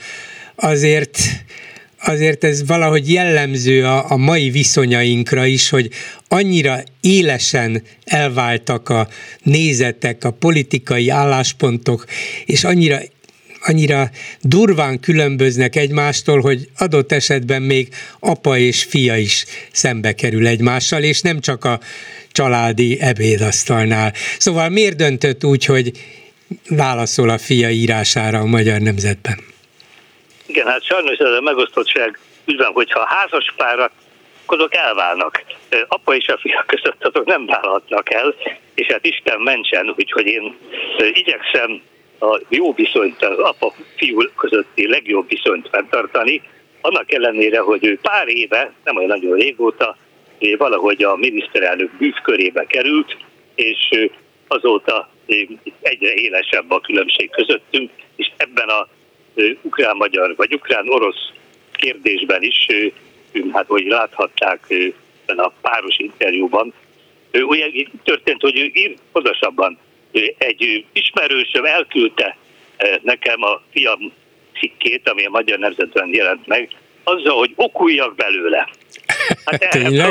[SPEAKER 3] Azért ez valahogy jellemző a mai viszonyainkra is, hogy annyira élesen elváltak a nézetek, a politikai álláspontok, és annyira durván különböznek egymástól, hogy adott esetben még apa és fia is szembe kerül egymással, és nem csak a családi ebédasztalnál. Szóval miért döntött úgy, hogy válaszol a fia írására a Magyar Nemzetben?
[SPEAKER 7] Igen, hát sajnos ez a megosztottság ügyben, hogyha házas párat, azok elválnak. Apa és a fia között azok nem válhatnak el, és hát Isten mentsen, úgyhogy én igyekszem a jó viszonyt, az apa-fiú közötti legjobb viszonyt fenntartani, annak ellenére, hogy ő pár éve, nem olyan nagyon régóta, valahogy a miniszterelnök bűvkörébe került, és azóta egyre élesebb a különbség közöttünk, és ebben a ukrán-magyar vagy ukrán-orosz kérdésben is, hát hogy láthatták a páros interjúban, ugye történt, hogy ő ír pontosabban, egy ismerősöm elküldte nekem a fiam cikkét, ami a Magyar Nemzetben jelent meg, azzal, hogy okuljak belőle. Hát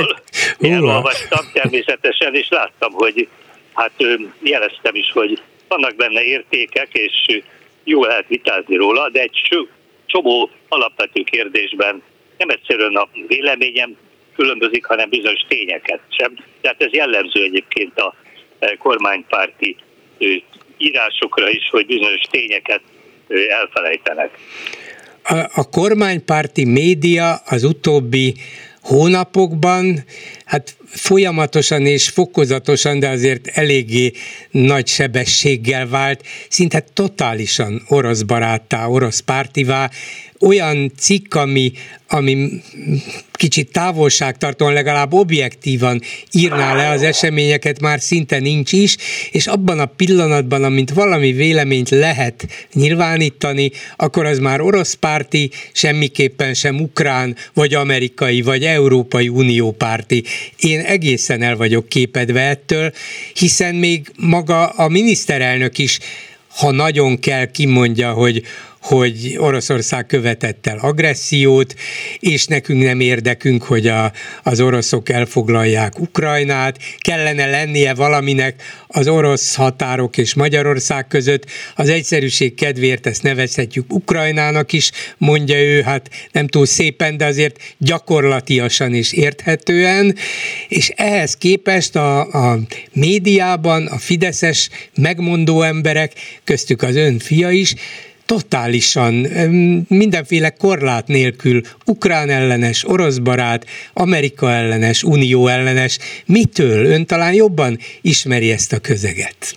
[SPEAKER 7] elolvastam természetesen, és láttam, hogy hát jeleztem is, hogy vannak benne értékek, és jó lehet vitázni róla, de egy csomó alapvető kérdésben nem egyszerűen a véleményem különbözik, hanem bizonyos tényeket sem. Tehát ez jellemző egyébként a kormánypárti írásokra is, hogy bizonyos tényeket elfelejtenek.
[SPEAKER 3] A kormánypárti média az utóbbi hónapokban, hát folyamatosan és fokozatosan, de azért eléggé nagy sebességgel vált, szinte totálisan orosz baráttá, orosz pártivá. Olyan cikk, ami kicsit távolságtartóan, legalább objektívan írná le az eseményeket, már szinte nincs is, és abban a pillanatban, amint valami véleményt lehet nyilvánítani, akkor az már orosz párti, semmiképpen sem ukrán, vagy amerikai, vagy Európai Unió párti. Én egészen el vagyok képedve ettől, hiszen még maga a miniszterelnök is, ha nagyon kell, kimondja, hogy Oroszország követett el agressziót, és nekünk nem érdekünk, hogy az oroszok elfoglalják Ukrajnát, kellene lennie valaminek az orosz határok és Magyarország között, az egyszerűség kedvéért ezt nevezhetjük Ukrajnának is, mondja ő, hát nem túl szépen, de azért gyakorlatiasan és érthetően, és ehhez képest a médiában a fideszes megmondó emberek, köztük az ön fia is, totálisan, mindenféle korlát nélkül ukrán ellenes, orosz barát, Amerika ellenes, Unió ellenes. Mitől? Ön talán jobban ismeri ezt a közeget.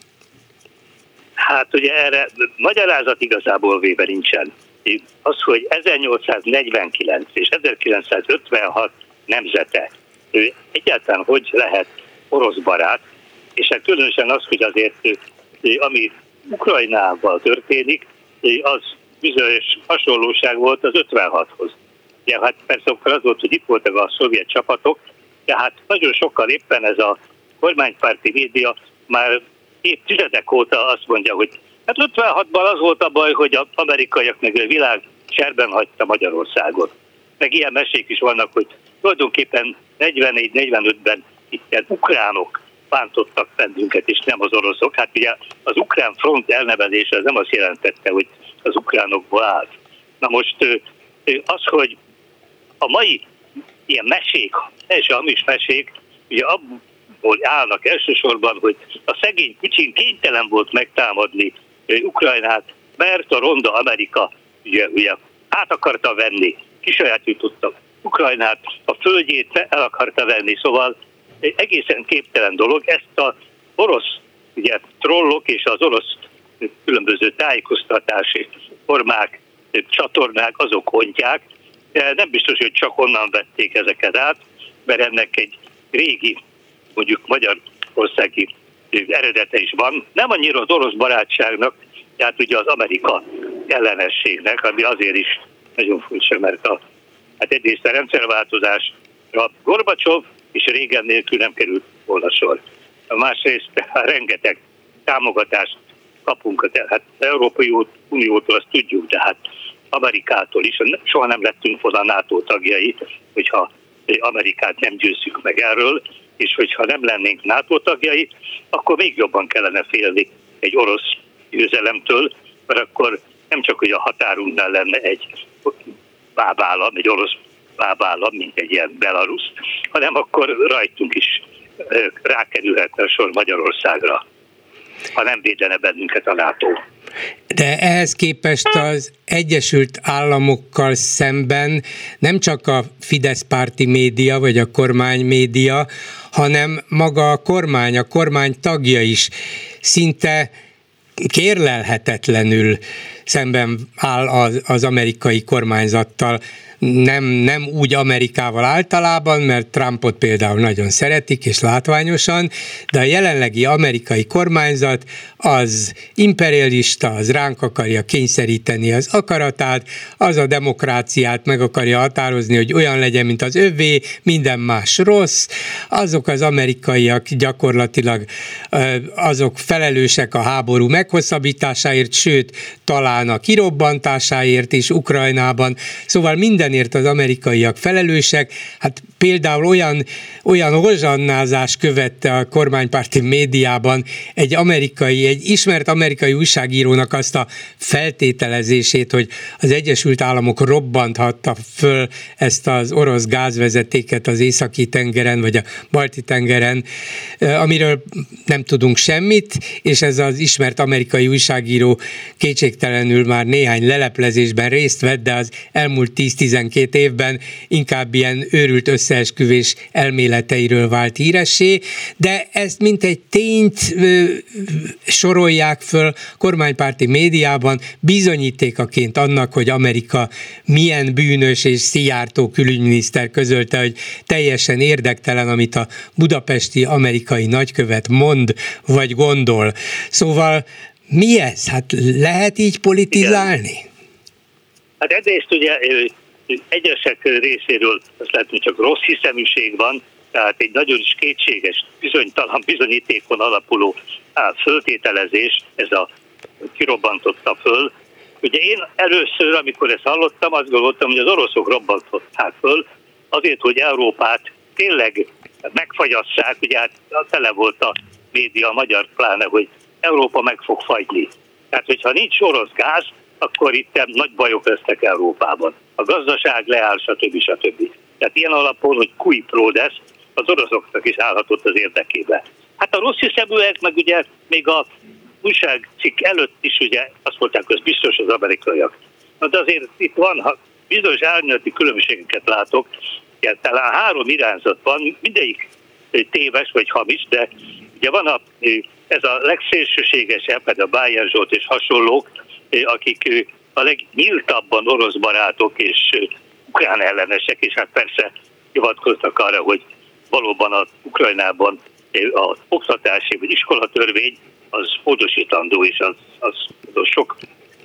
[SPEAKER 7] Hát ugye erre magyarázat igazából véve nincsen. Az, hogy 1849 és 1956 nemzete, egyáltalán hogy lehet orosz barát, és hát különösen az, hogy azért ami Ukrajnával történik, az bizonyos hasonlóság volt az 56-hoz. Ja, hát persze akkor az volt, hogy itt voltak a szovjet csapatok, tehát nagyon sokkal éppen ez a kormánypárti média már évtizedek óta azt mondja, hogy hát 56-ban az volt a baj, hogy az amerikaiak meg a világ cserben hagyta Magyarországot. Meg ilyen mesék is vannak, hogy tulajdonképpen 44-45-ben itt ukránok bántottak bennünket, és nem az oroszok. Hát ugye az ukrán front elnevezése az nem azt jelentette, hogy az ukránokból állt. Na most az, hogy a mai ilyen mesék, és a hamis mesék, ugye abból állnak elsősorban, hogy a szegény Putyin kénytelen volt megtámadni Ukrajnát, mert a ronda Amerika ugye át akarta venni, kisajátította Ukrajnát, a földjét el akarta venni, szóval egészen képtelen dolog. Ezt az orosz ugye, trollok és az orosz különböző tájékoztatási formák, csatornák, azok ontják. Nem biztos, hogy csak onnan vették ezeket át, mert ennek egy régi, mondjuk magyarországi eredete is van. Nem annyira az orosz barátságnak, tehát ugye az Amerika ellenességnek, ami azért is nagyon furcsa, mert hát egyrészt a rendszerváltozásra Gorbacsov és Reagan nélkül nem került volna sor. másrészt rengeteg támogatást kapunk. Hát az Európai Uniótól azt tudjuk, de hát Amerikától is. Soha nem lettünk volna a NATO tagjai, hogyha Amerikát nem győzzük meg erről, és hogyha nem lennénk NATO tagjai, akkor még jobban kellene félni egy orosz győzelemtől, mert akkor nem csak, hogy a határunknál lenne egy bábállam, egy orosz bábállam, mint egy ilyen Belarus, hanem akkor rajtunk is rákerülhetne a sor Magyarországra, ha nem védene bennünket a NATO.
[SPEAKER 3] De ehhez képest az Egyesült Államokkal szemben nem csak a Fidesz párti média, vagy a kormány média, hanem maga a kormány tagja is szinte kérlelhetetlenül szemben áll az amerikai kormányzattal. Nem úgy Amerikával általában, mert Trumpot például nagyon szeretik és látványosan, de a jelenlegi amerikai kormányzat az imperialista, az ránk akarja kényszeríteni az akaratát, az a demokráciát meg akarja határozni, hogy olyan legyen, mint az övé, minden más rossz. Azok az amerikaiak gyakorlatilag azok felelősek a háború meghosszabbításáért, sőt, talán a kirobbantásáért is Ukrajnában. Szóval mindenért az amerikaiak felelősek. Hát például olyan hozsannázás követte a kormánypárti médiában egy ismert amerikai újságírónak azt a feltételezését, hogy az Egyesült Államok robbanthatta föl ezt az orosz gázvezetéket az Északi-tengeren, vagy a Balti-tengeren, amiről nem tudunk semmit, és ez az ismert amerikai újságíró kétségtelenül már néhány leleplezésben részt vett, de az elmúlt 10-12 évben inkább ilyen őrült összeesküvés elméleteiről vált híressé, de ezt mint egy tényt sorolják föl kormánypárti médiában bizonyítékaként annak, hogy Amerika milyen bűnös és szijjártó külügyminiszter közölte, hogy teljesen érdektelen, amit a budapesti amerikai nagykövet mond vagy gondol. Szóval mi ez? Hát lehet így politizálni?
[SPEAKER 7] Igen. Hát egyrészt ugye egyesek részéről azt lehet, hogy csak rossz hiszeműség van, tehát egy nagyon is kétséges, bizonytalan bizonyítékon alapuló föltételezés, ez a kirobbantotta föl. Ugye én először, amikor ezt hallottam, azt gondoltam, hogy az oroszok robbantották föl, azért, hogy Európát tényleg megfagyasszák, ugye hát tele volt a média, a magyar pláne, hogy Európa meg fog fagyni. Tehát, hogyha nincs orosz gáz, akkor itt nagy bajok lesznek Európában. A gazdaság leáll, stb. Tehát ilyen alapon, hogy cui prodest, az oroszoknak is állhatott az érdekébe. Hát a rossz hiszeműek, meg ugye még a újságcikk előtt is ugye azt mondták, hogy ez biztos az amerikaiak. Na de azért itt van, ha bizonyos elméleti különbségeket látok, talán 3 irányzat van, mindegyik téves vagy hamis, de ugye van ez a legszélsőségesebb, például a Bájer Zsolt és hasonlók, akik a legnyíltabban orosz barátok és ukrán ellenesek, és hát persze hivatkoznak arra, hogy valóban az Ukrajnában az oktatási vagy iskolatörvény az módosítandó, és az sok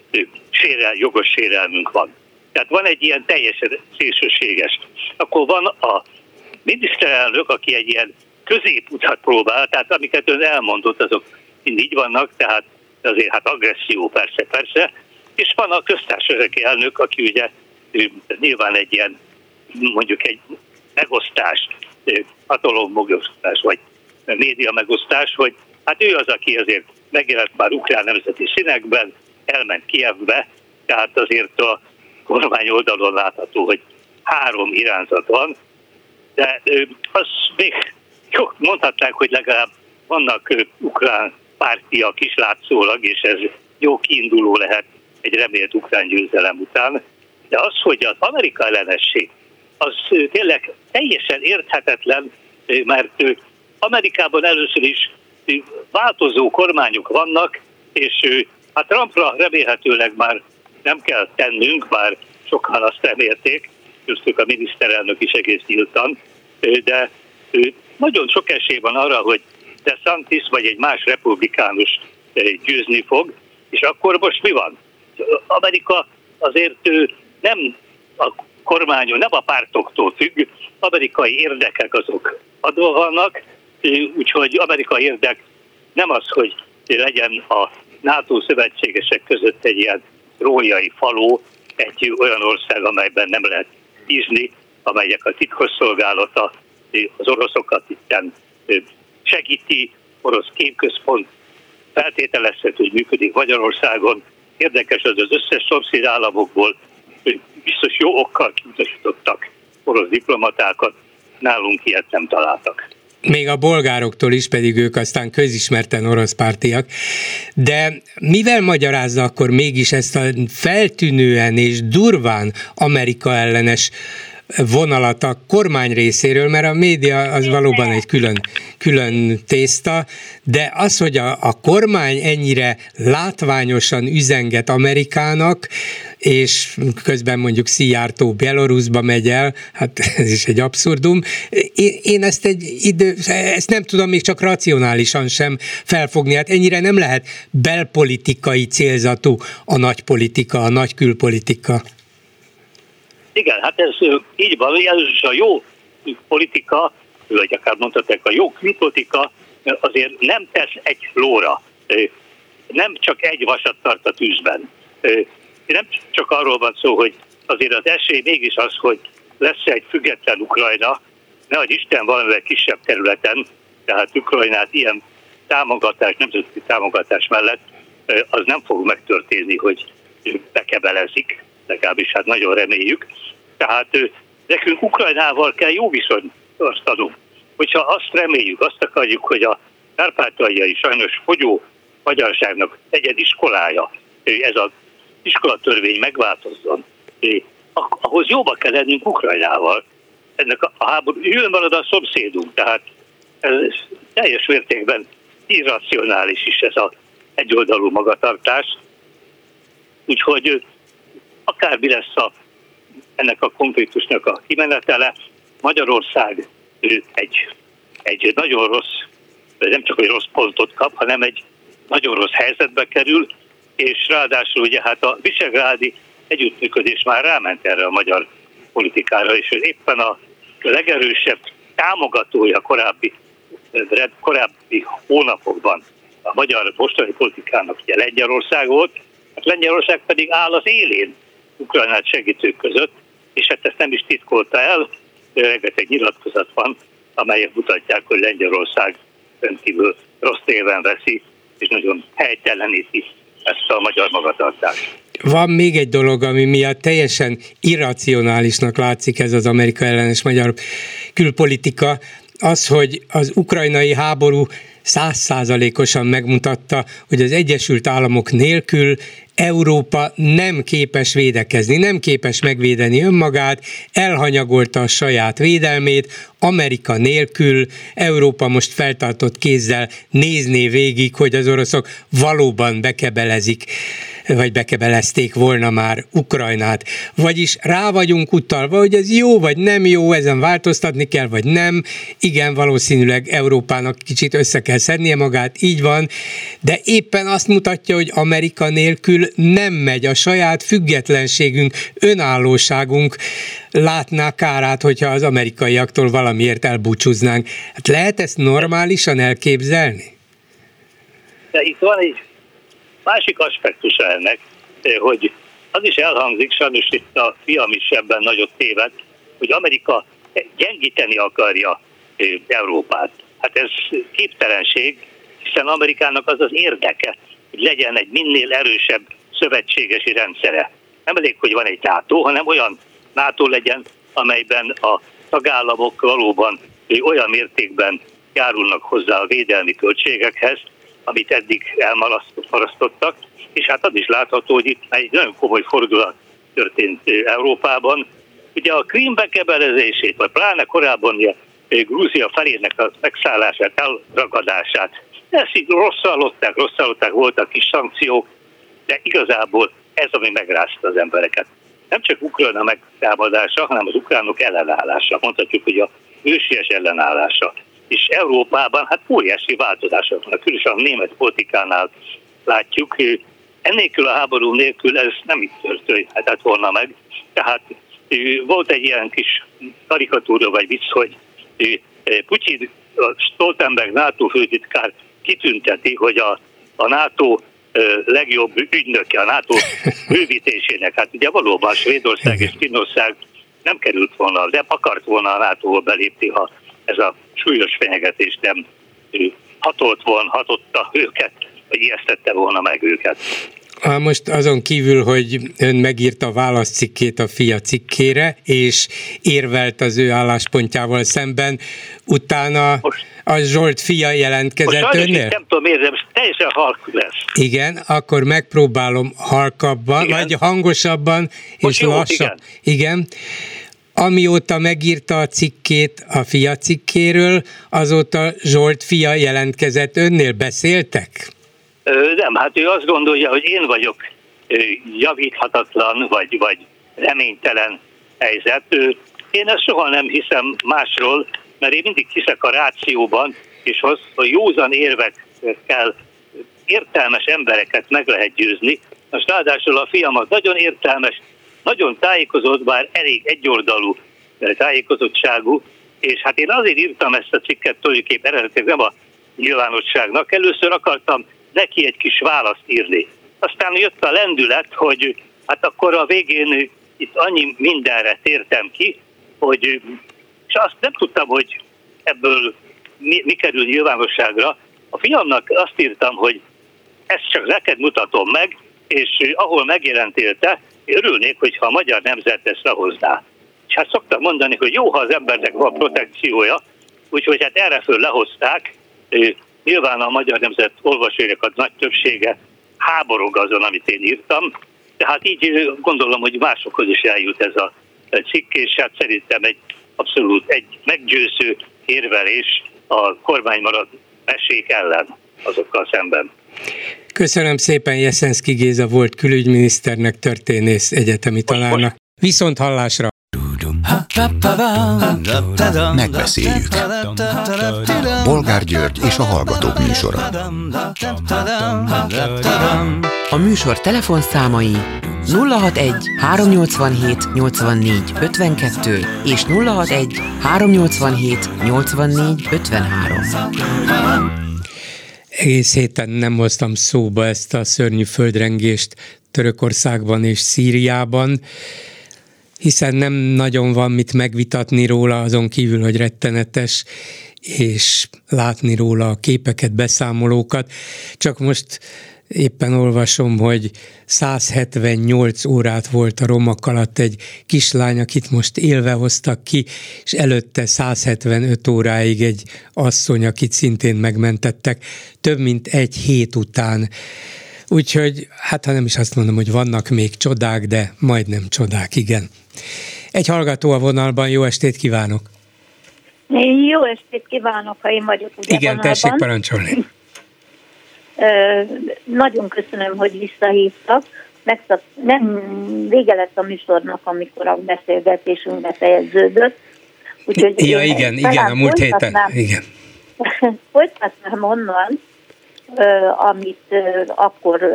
[SPEAKER 7] jogos sérelmünk van. Tehát van egy ilyen teljesen szélsőséges. Akkor van a miniszterelnök, aki egy ilyen középutat próbál, tehát amiket ön elmondott, azok mind így vannak, tehát azért hát agresszió persze, és van a köztársasági elnök, aki ugye nyilván egy ilyen, mondjuk egy megosztás, hatalom megosztás, vagy média megosztás, hogy hát ő az, aki azért megjelent már ukrán nemzeti színekben, elment Kijevbe, tehát azért a kormány oldalon látható, hogy 3 irányzat van, de azt még mondhatnák, hogy legalább vannak ukrán pártiak is látszólag, és ez jó kiinduló lehet egy remélt ukrán győzelem után. De az, hogy az Amerika ellenesség, az tényleg teljesen érthetetlen, mert Amerikában először is változó kormányok vannak, és hát Trumpra remélhetőleg már nem kell tennünk, bár sokan azt remélték, köztük a miniszterelnök is egész nyíltan, de nagyon sok esély van arra, hogy DeSantis vagy egy más republikánus győzni fog, és akkor most mi van? Amerika azért nem a kormányon, nem a pártoktól függ, amerikai érdekek azok adva vannak, Úgyhogy amerikai érdek nem az, hogy legyen a NATO szövetségesek között egy ilyen trójai faló, egy olyan ország, amelyben nem lehet bízni, amelyek a titkosszolgálata az oroszokat itten segíti, orosz képközpont feltételezhető, hogy működik Magyarországon. Érdekes az összes szomszéd államokból, hogy biztos jó okkal kiutasítottak orosz diplomatákat, nálunk ilyet nem találtak.
[SPEAKER 3] Még a bolgároktól is, pedig ők aztán közismerten orosz pártiak. De mivel magyarázza akkor mégis ezt a feltűnően és durván Amerika ellenes vonalat a kormány részéről, mert a média az valóban egy külön tészta, de az, hogy a kormány ennyire látványosan üzenget Amerikának, és közben mondjuk Szijjártó Belarusba megy el, hát ez is egy abszurdum. Én ezt nem tudom még csak racionálisan sem felfogni, hát ennyire nem lehet belpolitikai célzatú a nagy politika, a nagy külpolitika.
[SPEAKER 7] Igen, hát ez így van, ez a jó politika, vagy akár mondhatják, a jó külpolitika azért nem tesz egy lóra, nem csak egy vasat tart a tűzben. Nem csak arról van szó, hogy azért az esély mégis az, hogy lesz egy független Ukrajna, nehogy Isten valamivel kisebb területen, tehát Ukrajnát ilyen támogatás, nemzeti támogatás mellett az nem fog megtörténni, hogy bekebelezik, legalábbis hát nagyon reméljük. Tehát nekünk Ukrajnával kell jó viszonyt tartanunk. Hogyha azt reméljük, azt akarjuk, hogy a kárpátaljai sajnos fogyó magyarságnak legyen iskolája, ez az iskolatörvény megváltozzon, ahhoz jóba kell lennünk Ukrajnával. Ennek a háború, jön marad a szomszédunk, tehát ez teljes mértékben irracionális is ez az egyoldalú magatartás. Úgyhogy akármi lesz ennek a konfliktusnak a kimenetele, Magyarország egy nagyon rossz, nem csak egy rossz pontot kap, hanem egy nagyon rossz helyzetbe kerül, és ráadásul ugye hát a visegrádi együttműködés már ráment erre a magyar politikára, és éppen a legerősebb támogatója korábbi hónapokban a magyar mostani politikának ugye Lengyelország volt, hát Lengyelország pedig áll az élén Ukrajnát segítők között, és hát ezt nem is titkolta el, rengeteg nyilatkozat van, amelyek mutatják, hogy Lengyelország rendkívül rossz néven veszi, és nagyon helyteleníti ezt a magyar magatartást.
[SPEAKER 3] Van még egy dolog, ami miatt teljesen irracionálisnak látszik ez az Amerika ellenes magyar külpolitika, az, hogy az ukrajnai háború 100%-osan megmutatta, hogy az Egyesült Államok nélkül Európa nem képes védekezni, nem képes megvédeni önmagát, elhanyagolta a saját védelmét, Amerika nélkül Európa most feltartott kézzel nézné végig, hogy az oroszok valóban bekebelezik, vagy bekebelezték volna már Ukrajnát. Vagyis rá vagyunk utalva, hogy ez jó vagy nem jó, ezen változtatni kell, vagy nem. Igen, valószínűleg Európának kicsit össze kell szednie magát, így van, de éppen azt mutatja, hogy Amerika nélkül nem megy, a saját függetlenségünk, önállóságunk látná kárát, hogyha az amerikaiaktól valamiért elbúcsúznánk. Hát lehet ezt normálisan elképzelni?
[SPEAKER 7] De itt van egy másik aspektusa ennek, hogy az is elhangzik, sajnos itt a fiam is ebben nagyot téved, hogy Amerika gyengíteni akarja Európát. Hát ez képtelenség, hiszen Amerikának az az érdeke, hogy legyen egy minél erősebb szövetségesi rendszere. Nem elég, hogy van egy NATO, hanem olyan NATO legyen, amelyben a tagállamok valóban olyan mértékben járulnak hozzá a védelmi költségekhez, amit eddig elmarasztottak, és hát az is látható, hogy itt egy nagyon komoly fordulat történt Európában. Ugye a Krím bekebelezését, vagy pláne korábban Grúzia felének a megszállását, elragadását, ezt így rosszallották, voltak kis szankciók, de igazából ez, ami megrázta az embereket. Nem csak Ukrajna megtámadása, hanem az ukránok ellenállása, mondhatjuk, hogy a hősies ellenállása. És Európában hát óriási változások vannak, különösen a német politikánál látjuk. Ennélkül a háború nélkül ez nem itt történhetett volna meg. Tehát volt egy ilyen kis karikatúra vagy vicc, hogy Putyin a Stoltenberg NATO főtitkár kitünteti, hogy a NATO legjobb ügynöke, a NATO bővítésének. Hát ugye valóban Svédország és Finnország nem került volna, nem akart volna a NATO-ból belépni, ha ez a súlyos fenyegetés nem hatotta őket, vagy ijesztette volna meg őket.
[SPEAKER 3] Most azon kívül, hogy ön megírta a válaszcikkét a Fia cikkére, és érvelt az ő álláspontjával szemben, utána a Zsolt Fia jelentkezett önnél?
[SPEAKER 7] Nem tudom miért, most teljesen halk lesz.
[SPEAKER 3] Igen, akkor megpróbálom halkabban, igen, vagy hangosabban, most és lassabb. Igen. Amióta megírta a cikkét a Fia cikkéről, azóta Zsolt Fia jelentkezett önnél. Beszéltek?
[SPEAKER 7] Nem, hát ő azt gondolja, hogy én vagyok javíthatatlan, vagy reménytelen helyzet. Én ezt soha nem hiszem másról, mert én mindig hiszek a rációban, és a józan érvekkel értelmes embereket meg lehet győzni. Most ráadásul a fiamat nagyon értelmes, nagyon tájékozott, bár elég egyoldalú tájékozottságú, és hát én azért írtam ezt a cikket tulajdonképp eredetileg nem a nyilvánosságnak. Először akartam neki egy kis választ írni. Aztán jött a lendület, hogy hát akkor a végén itt annyi mindenre tértem ki, hogy és azt nem tudtam, hogy ebből mi kerül nyilvánosságra. A fiamnak azt írtam, hogy ezt csak neked mutatom meg, és ahol megjelentél te, örülnék, hogyha a Magyar Nemzet ezt lehozná. És hát szoktam mondani, hogy jó, ha az embernek van protekciója, úgyhogy hát erre föl lehozták. Nyilván a Magyar Nemzet olvasóinak a nagy többsége háborog azon, amit én írtam, de hát így gondolom, hogy másokhoz is eljut ez a cikk, és hát szerintem abszolút egy meggyőző érvelés a kormány marad mesék ellen azokkal szemben.
[SPEAKER 3] Köszönöm szépen, Jeszenszky Géza volt külügyminiszternek, történész, egyetemi tanárnak. Viszont hallásra!
[SPEAKER 1] Megbeszéljük. Bolgár György és a Hallgatók műsora.
[SPEAKER 2] A műsor telefonszámai 061 387 84 52 és 061 387 84 53.
[SPEAKER 3] Egész héten nem hoztam szóba ezt a szörnyű földrengést Törökországban és Szíriában, hiszen nem nagyon van mit megvitatni róla, azon kívül, hogy rettenetes, és látni róla a képeket, beszámolókat. Csak most éppen olvasom, hogy 178 órát volt a romak alatt egy kislány, akit most élve hoztak ki, és előtte 175 óráig egy asszony, akit szintén megmentettek, több mint egy hét után. Úgyhogy, hát ha nem is azt mondom, hogy vannak még csodák, de majdnem csodák, igen. Egy hallgató a vonalban, jó estét kívánok!
[SPEAKER 8] Jó estét kívánok, ha én vagyok ugye
[SPEAKER 3] igen, vonalban. Tessék parancsolni!
[SPEAKER 8] Nagyon köszönöm, hogy visszahívtak. Nem vége lett a műsornak, amikor a beszélgetésünk befejeződött.
[SPEAKER 3] Úgyhogy ja, igen, a múlt héten. Igen.
[SPEAKER 8] Folytatnám onnan, amit akkor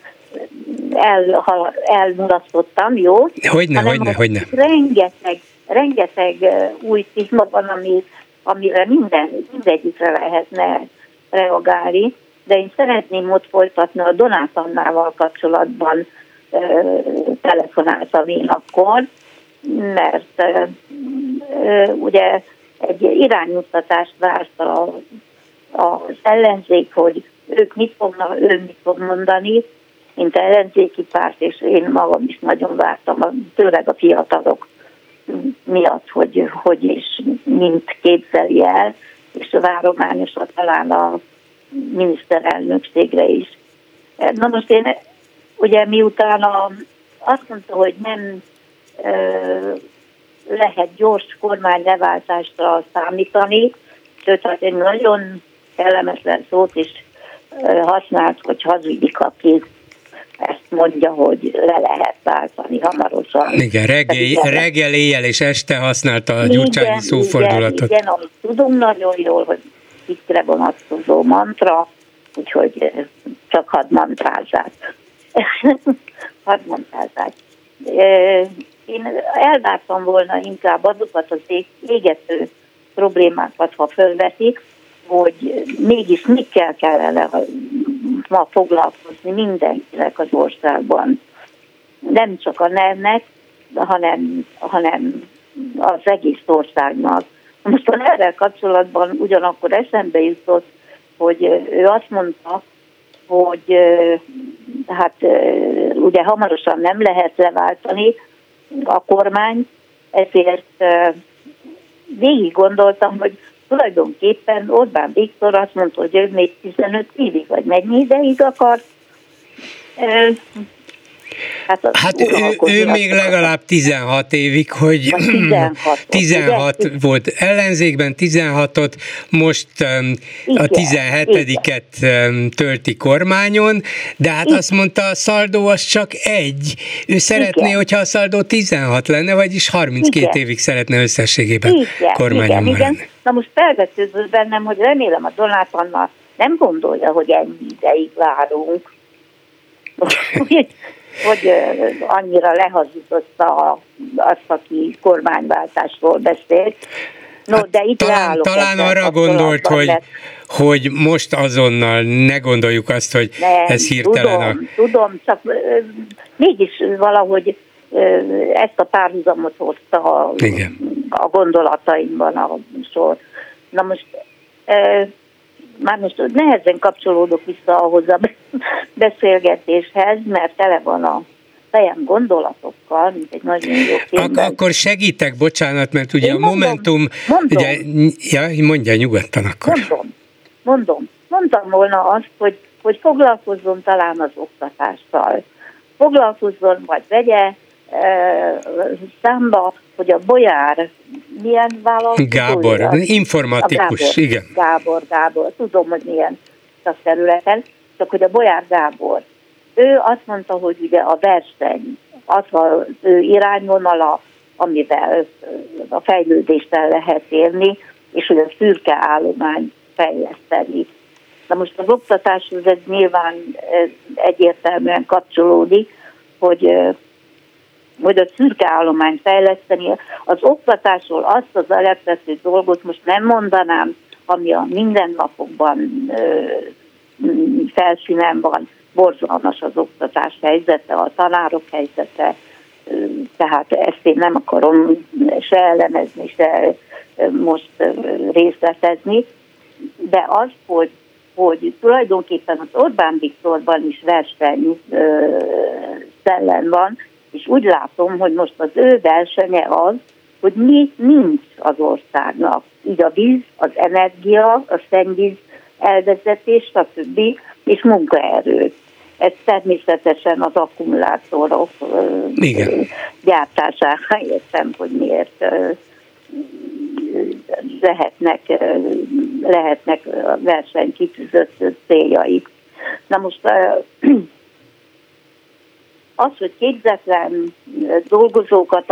[SPEAKER 8] elmulasztottam, jó?
[SPEAKER 3] Hogyne.
[SPEAKER 8] Rengeteg új téma van, amire mindegyikre lehetne reagálni, de én szeretném ott folytatni, a Donát Annával kapcsolatban telefonáltam én akkor, mert ugye egy iránymutatást várt az ellenzék, hogy ő mit fog mondani, mint ellenzéki párt, és én magam is nagyon vártam, főleg a fiatalok miatt, hogy is mint képzeli el, és várományosan talán a miniszterelnökségre is. Na most én, ugye miután azt mondta, hogy nem lehet gyors kormányleváltásra számítani, sőt, hát egy nagyon kellemetlen szót is használt, hogy hazudik, aki ezt mondja, hogy le lehet váltani hamarosan.
[SPEAKER 3] Igen, reggel, éjjel és este használta a gyurcsányi szófordulatot.
[SPEAKER 8] Igen, amit tudunk nagyon jól, hogy hittre vonatkozó mantra, úgyhogy csak hadd mantrázzák. Én elvártam volna inkább azokat az égető problémákat, ha fölvetik, hogy mégis mikkel kellene ma foglalkozni mindenkinek az országban. Nem csak a nemnek, hanem az egész országnak. Most ezzel kapcsolatban ugyanakkor eszembe jutott, hogy ő azt mondta, hogy hát ugye hamarosan nem lehet leváltani a kormányt, ezért végig gondoltam, hogy tulajdonképpen Orbán Viktor azt mondta, hogy ő még 15 évig, vagy mennyi ideig akar.
[SPEAKER 3] Hát ő még legalább 16 évig, hogy 16 volt ellenzékben, 16-ot, most a 17-et tölti kormányon, de hát azt mondta, a szaldó az csak egy. Ő szeretné, hogyha a szaldó 16 lenne, vagyis 32 évig szeretne összességében kormányon maradni.
[SPEAKER 8] Na most felvetődött bennem, hogy remélem a Donát Anna nem gondolja, hogy ennyi ideig várunk. Hogy annyira lehazudtotta azt, aki kormányváltásról beszélt. No, de itt
[SPEAKER 3] talán arra gondolt, hogy most azonnal ne gondoljuk azt, hogy ez hirtelen
[SPEAKER 8] Tudom, csak mégis valahogy ezt a párhuzamot hozta a gondolataimban a sor. Na most már most nehezen kapcsolódok vissza ahhoz a beszélgetéshez, mert tele van a fejem gondolatokkal, mint egy nagyon jó filmben.
[SPEAKER 3] Akkor segítek, bocsánat, mert ugye Momentum... Mondja nyugodtan akkor.
[SPEAKER 8] Mondtam volna azt, hogy foglalkozzon talán az oktatással. Foglalkozzon, vagy vegye számba, hogy a Bolyár milyen vállalkozó?
[SPEAKER 3] Gábor, informatikus, igen.
[SPEAKER 8] Gábor, tudom, hogy milyen szakterületen, csak hogy a Bolyár Gábor, ő azt mondta, hogy ugye a verseny, az az ő irányvonala, amivel a fejlődést el lehet érni, és hogy a szürke állomány fejleszteni. Na most az oktatáshoz ez nyilván egyértelműen kapcsolódik, hogy a szürke állományt fejleszteni. Az oktatásról azt az alapvető dolgot most nem mondanám, ami a mindennapokban felszínen van, borzalmas az oktatás helyzete, a tanárok helyzete, tehát ezt én nem akarom se elemezni, se most részletezni, de az, hogy tulajdonképpen az Orbán Viktorban is verseny szellem van, és úgy látom, hogy most az ő versenye az, hogy mi nincs az országnak. Így a víz, az energia, a szennyvíz elvezetés, stb. És munkaerő. Ez természetesen az akkumulátorok gyártására értem, hogy miért lehetnek a verseny kitűzött céljai. Na most az, hogy képzetlen dolgozókat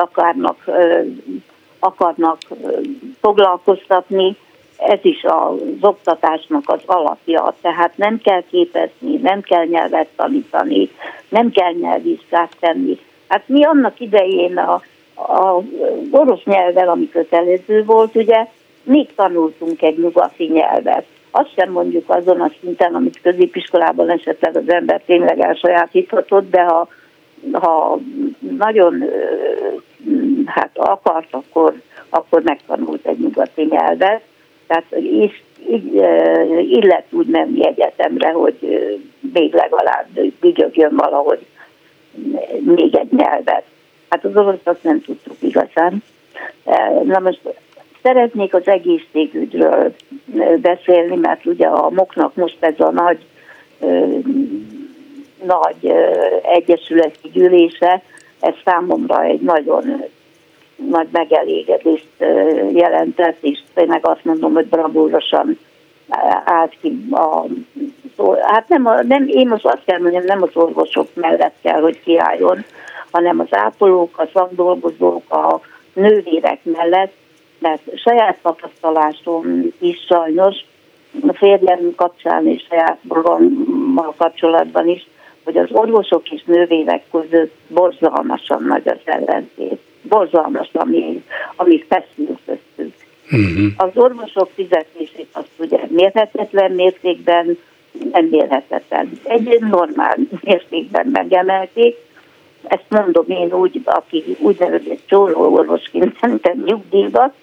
[SPEAKER 8] akarnak foglalkoztatni, ez is az oktatásnak az alapja. Tehát nem kell képezni, nem kell nyelvet tanítani, nem kell nyelvvizsgát tenni. Hát mi annak idején a orosz nyelvvel, ami kötelező volt, ugye, még tanultunk egy nyugati nyelvet. Azt sem mondjuk azon a szinten, amit középiskolában esetleg az ember tényleg elsajátíthatott, de ha nagyon akart, akkor megtanult egy nyugati nyelvet. Tehát így lett úgy menni egyetemre, hogy még legalább bügyögjön valahogy még egy nyelvet. Hát az oroszot nem tudtuk igazán. Na most szeretnék az egészségügyről beszélni, mert ugye a MOK-nak most ez a nagy egyesületi gyűlése, ez számomra egy nagyon nagy megelégedést jelentett, és tényleg azt mondom, hogy bravúrosan állt ki én most azt kell mondjam, nem az orvosok mellett kell, hogy kiálljon, hanem az ápolók, a szakdolgozók, a nővérek mellett, mert saját tapasztalásom is sajnos, a férjem kapcsán és saját magammal kapcsolatban is, hogy az orvosok és nővérek között borzalmasan nagy az ellentét. Borzalmas, ami feszül köztük. Az orvosok fizetését azt ugye mérhetetlen mértékben, nem mérhetetlen. Egy normál mértékben megemelték. Ezt mondom én úgy, aki úgynevezett csóró-orvosként mentem nyugdíjba,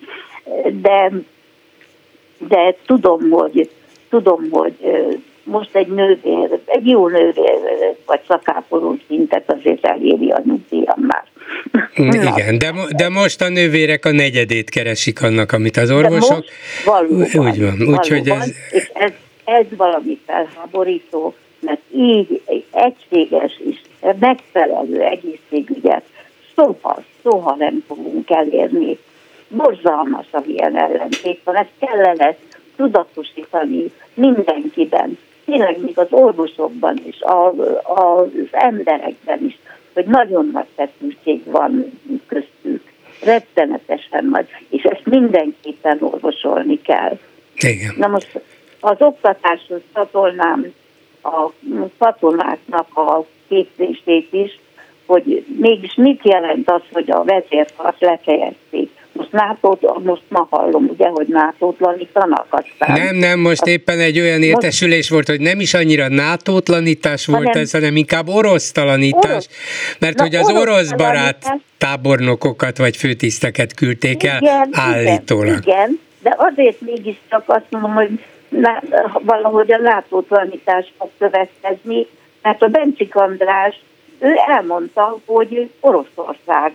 [SPEAKER 8] de tudom, hogy most egy nővér, egy jó nővér, vagy szakápoló szintet azért eléri a nyugdíjam már.
[SPEAKER 3] Igen, de most a nővérek a negyedét keresik annak, amit az orvosok. Úgy van. Úgyhogy
[SPEAKER 8] ez valami felháborító, mert így egységes és megfelelő egészségügyet soha nem fogunk elérni. Borzalmas, amilyen ellentét van, ezt kellene tudatosítani mindenkiben, tényleg még az orvosokban is, az emberekben is, hogy nagyon nagy feszültség van köztük, rettenetesen nagy, és ezt mindenképpen orvosolni kell.
[SPEAKER 3] Igen.
[SPEAKER 8] Na most az oktatáshoz csatolnám a katonáknak a képzését is, hogy mégis mit jelent az, hogy a vezérkart lefejezték. Most ma hallom, ugye, hogy nátótlanítanak aztán.
[SPEAKER 3] Nem, most éppen egy olyan értesülés volt, hogy nem is annyira nátótlanítás volt ez, hanem inkább orosztalanítás, mert hogy az orosz barát tábornokokat vagy főtiszteket küldték el állítólag.
[SPEAKER 8] Igen, de azért mégiscsak azt mondom, hogy valahogy a nátótlanítás fog következni, mert a Bencsik András, ő elmondta, hogy Oroszország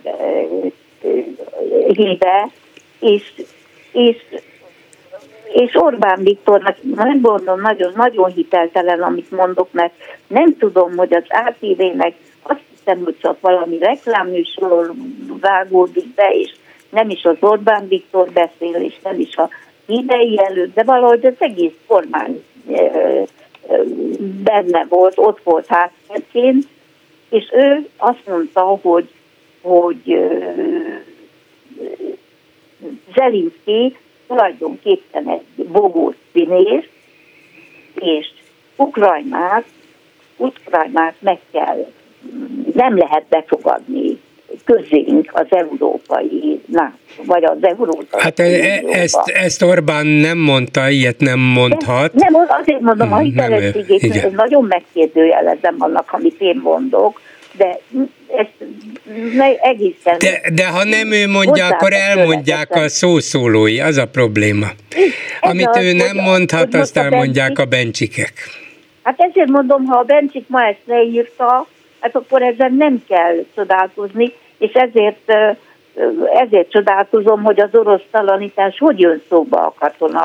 [SPEAKER 8] híve, és Orbán Viktornak, nem gondolom, nagyon hiteltelen, amit mondok, mert nem tudom, hogy az ATV-nek azt hiszem, hogy csak valami reklámműsor vágódik be, és nem is az Orbán Viktor beszél, és nem is a idei előtt, de valahogy az egész kormány benne volt, ott volt házként, és ő azt mondta, hogy Zelenszky tulajdonképpen egy bogós színész, és Ukrajnát meg kell, nem lehet befogadni közénk az európai vagy az európai.
[SPEAKER 3] Hát ezt Orbán nem mondta, ilyet nem mondhat.
[SPEAKER 8] Nem, azért mondom, a hitelességét nagyon megkérdőjelezem annak, amit én mondok, de ezt egészen...
[SPEAKER 3] De ha nem ő mondja, akkor elmondják a szószólói, az a probléma. Amit ő nem mondhat, azt elmondják a Bencsikek.
[SPEAKER 8] Hát ezért mondom, ha a Bencsik ma ezt leírta, hát akkor ezzel nem kell csodálkozni, és ezért csodálkozom, hogy az orosztalanítás hogy jön szóba a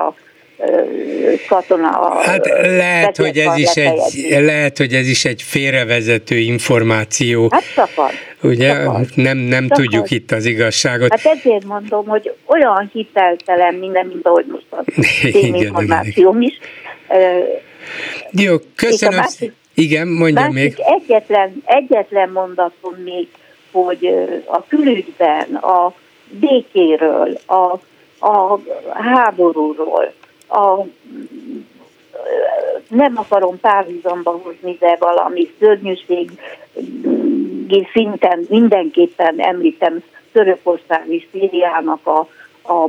[SPEAKER 8] katona
[SPEAKER 3] hát lehet, hogy ez is egy félrevezető információ.
[SPEAKER 8] Hát szakad.
[SPEAKER 3] Ugye? Nem tudjuk itt az igazságot.
[SPEAKER 8] Hát ezért mondom, hogy olyan hiteltelen minden, mint ahogy most a információm is.
[SPEAKER 3] Jó, köszönöm. Igen, mondja még.
[SPEAKER 8] Egyetlen mondatom még, hogy a külügyben, a békéről, a háborúról, nem akarom párhuzamba hozni, de valami szörnyűségi szinten mindenképpen említem Törökország és Szíriának a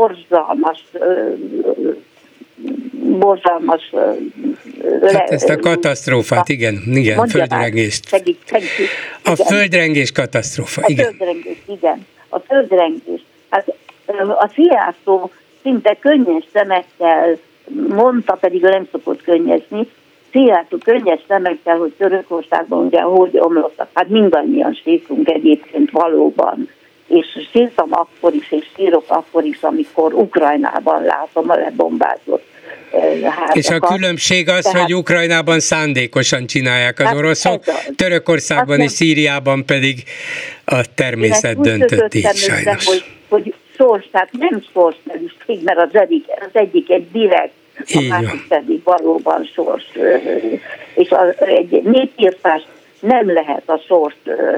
[SPEAKER 8] borzalmas
[SPEAKER 3] hát ezt a katasztrófát, igen, földrengést. A földrengés katasztrófa, igen.
[SPEAKER 8] A földrengés. Hát a Szijjártó szinte könnyes szemekkel mondta, pedig ő nem szokott könnyezni, Szijjártó könnyes szemekkel, hogy Törökországban ugye hogy omlottak. Hát mindannyian sírtunk egyébként valóban. És sírtam akkor is, és sírok akkor is, amikor Ukrajnában látom a lebombázott házatokat.
[SPEAKER 3] És a különbség az, hogy Ukrajnában szándékosan csinálják az oroszok, Törökországban és Szíriában pedig a természet döntött így sajnos.
[SPEAKER 8] Hogy sors, tehát nem sorsmerűség, mert az egyik egy direkt, a másik pedig valóban sors. És egy népírtást nem lehet a sors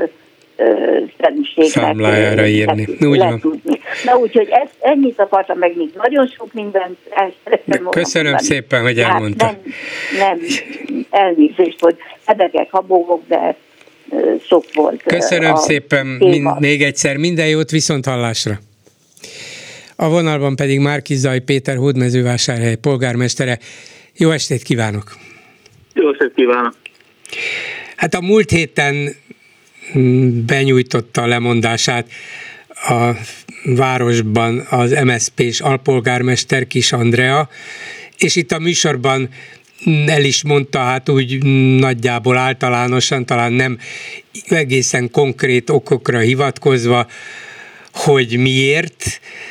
[SPEAKER 3] számlájára írni.
[SPEAKER 8] Na úgyhogy ennyit akartam, meg még nagyon sok mindent el szeretném mondani.
[SPEAKER 3] Köszönöm szépen, hogy elmondta.
[SPEAKER 8] Hát nem elnézést, hogy hebegek, habogok, de sok volt.
[SPEAKER 3] Köszönöm szépen még egyszer, minden jót, viszont hallásra. A vonalban pedig Márki-Zay Péter Hódmezővásárhely polgármestere. Jó estét kívánok!
[SPEAKER 9] Jó estét kívánok!
[SPEAKER 3] Hát a múlt héten benyújtotta a lemondását a városban az MSZP-s alpolgármester Kiss Andrea, és itt a műsorban el is mondta, hát úgy nagyjából általánosan, talán nem egészen konkrét okokra hivatkozva, hogy miért,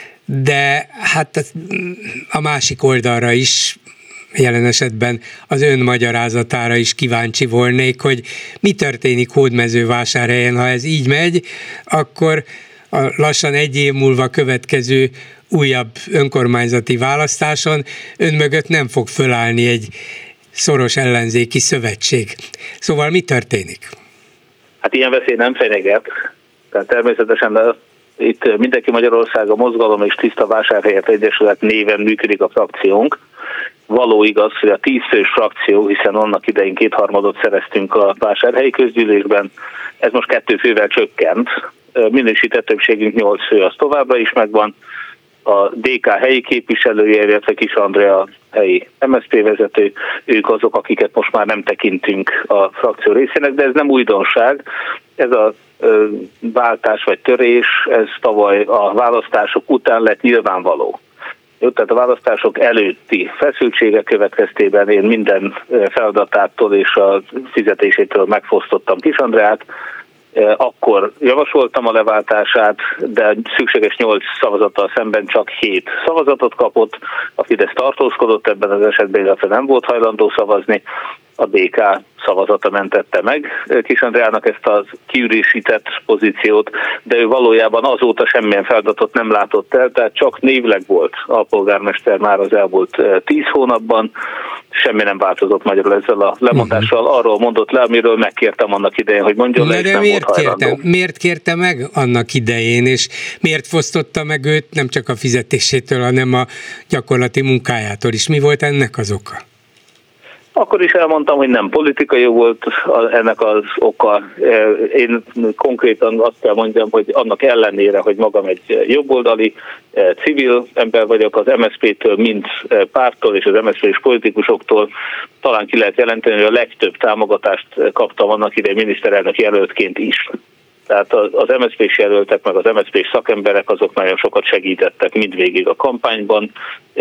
[SPEAKER 3] de hát a másik oldalra is, jelen esetben az ön magyarázatára is kíváncsi volnék, hogy mi történik Hódmezővásárhelyen, ha ez így megy, akkor a lassan egy év múlva következő újabb önkormányzati választáson ön mögött nem fog fölállni egy szoros ellenzéki szövetség. Szóval mi történik?
[SPEAKER 9] Hát ilyen veszély nem fenyeget. Tehát természetesen itt Mindenki Magyarország, a Mozgalom és Tiszta Vásárhelyet Egyesület néven működik a frakciónk. Való igaz, hogy a 10 fős frakció, hiszen annak idején 2/3 szereztünk a vásárhelyi közgyűlésben, ez most 2 fővel csökkent. Minősített többségünk 8 fő, az továbbra is megvan. A DK helyi képviselője, illetve Kiss Andrea helyi MSZP vezető, ők azok, akiket most már nem tekintünk a frakció részének, de ez nem újdonság. Ez a váltás vagy törés, ez tavaly a választások után lett nyilvánvaló. Jó, tehát a választások előtti feszültségek következtében én minden feladatától és a fizetésétől megfosztottam Kiss Andreát. Akkor javasoltam a leváltását, de szükséges 8 szavazattal szemben csak 7 szavazatot kapott. A Fidesz tartózkodott ebben az esetben, illetve nem volt hajlandó szavazni. A DK szavazata mentette meg Kiss Andreának ezt a kiürésített pozíciót, de ő valójában azóta semmilyen feladatot nem látott el, tehát csak névleg volt alpolgármester már az elmúlt 10 hónapban, semmi nem változott magyarul ezzel a lemondással, arról mondott le, amiről megkértem annak idején, hogy mondjon le, és nem volt hajlandó.
[SPEAKER 3] Miért kérte meg annak idején, és miért fosztotta meg őt nem csak a fizetésétől, hanem a gyakorlati munkájától is? Mi volt ennek az oka?
[SPEAKER 9] Akkor is elmondtam, hogy nem politikai volt ennek az oka. Én konkrétan azt kell mondjam, hogy annak ellenére, hogy magam egy jobboldali civil ember vagyok, az MSZP-től, mint párttól és az MSZP-s politikusoktól talán ki lehet jelenteni, hogy a legtöbb támogatást kaptam annak idején miniszterelnök jelöltként is. Tehát az MSZP-s jelöltek, meg az MSZP-s szakemberek azok nagyon sokat segítettek mindvégig a kampányban.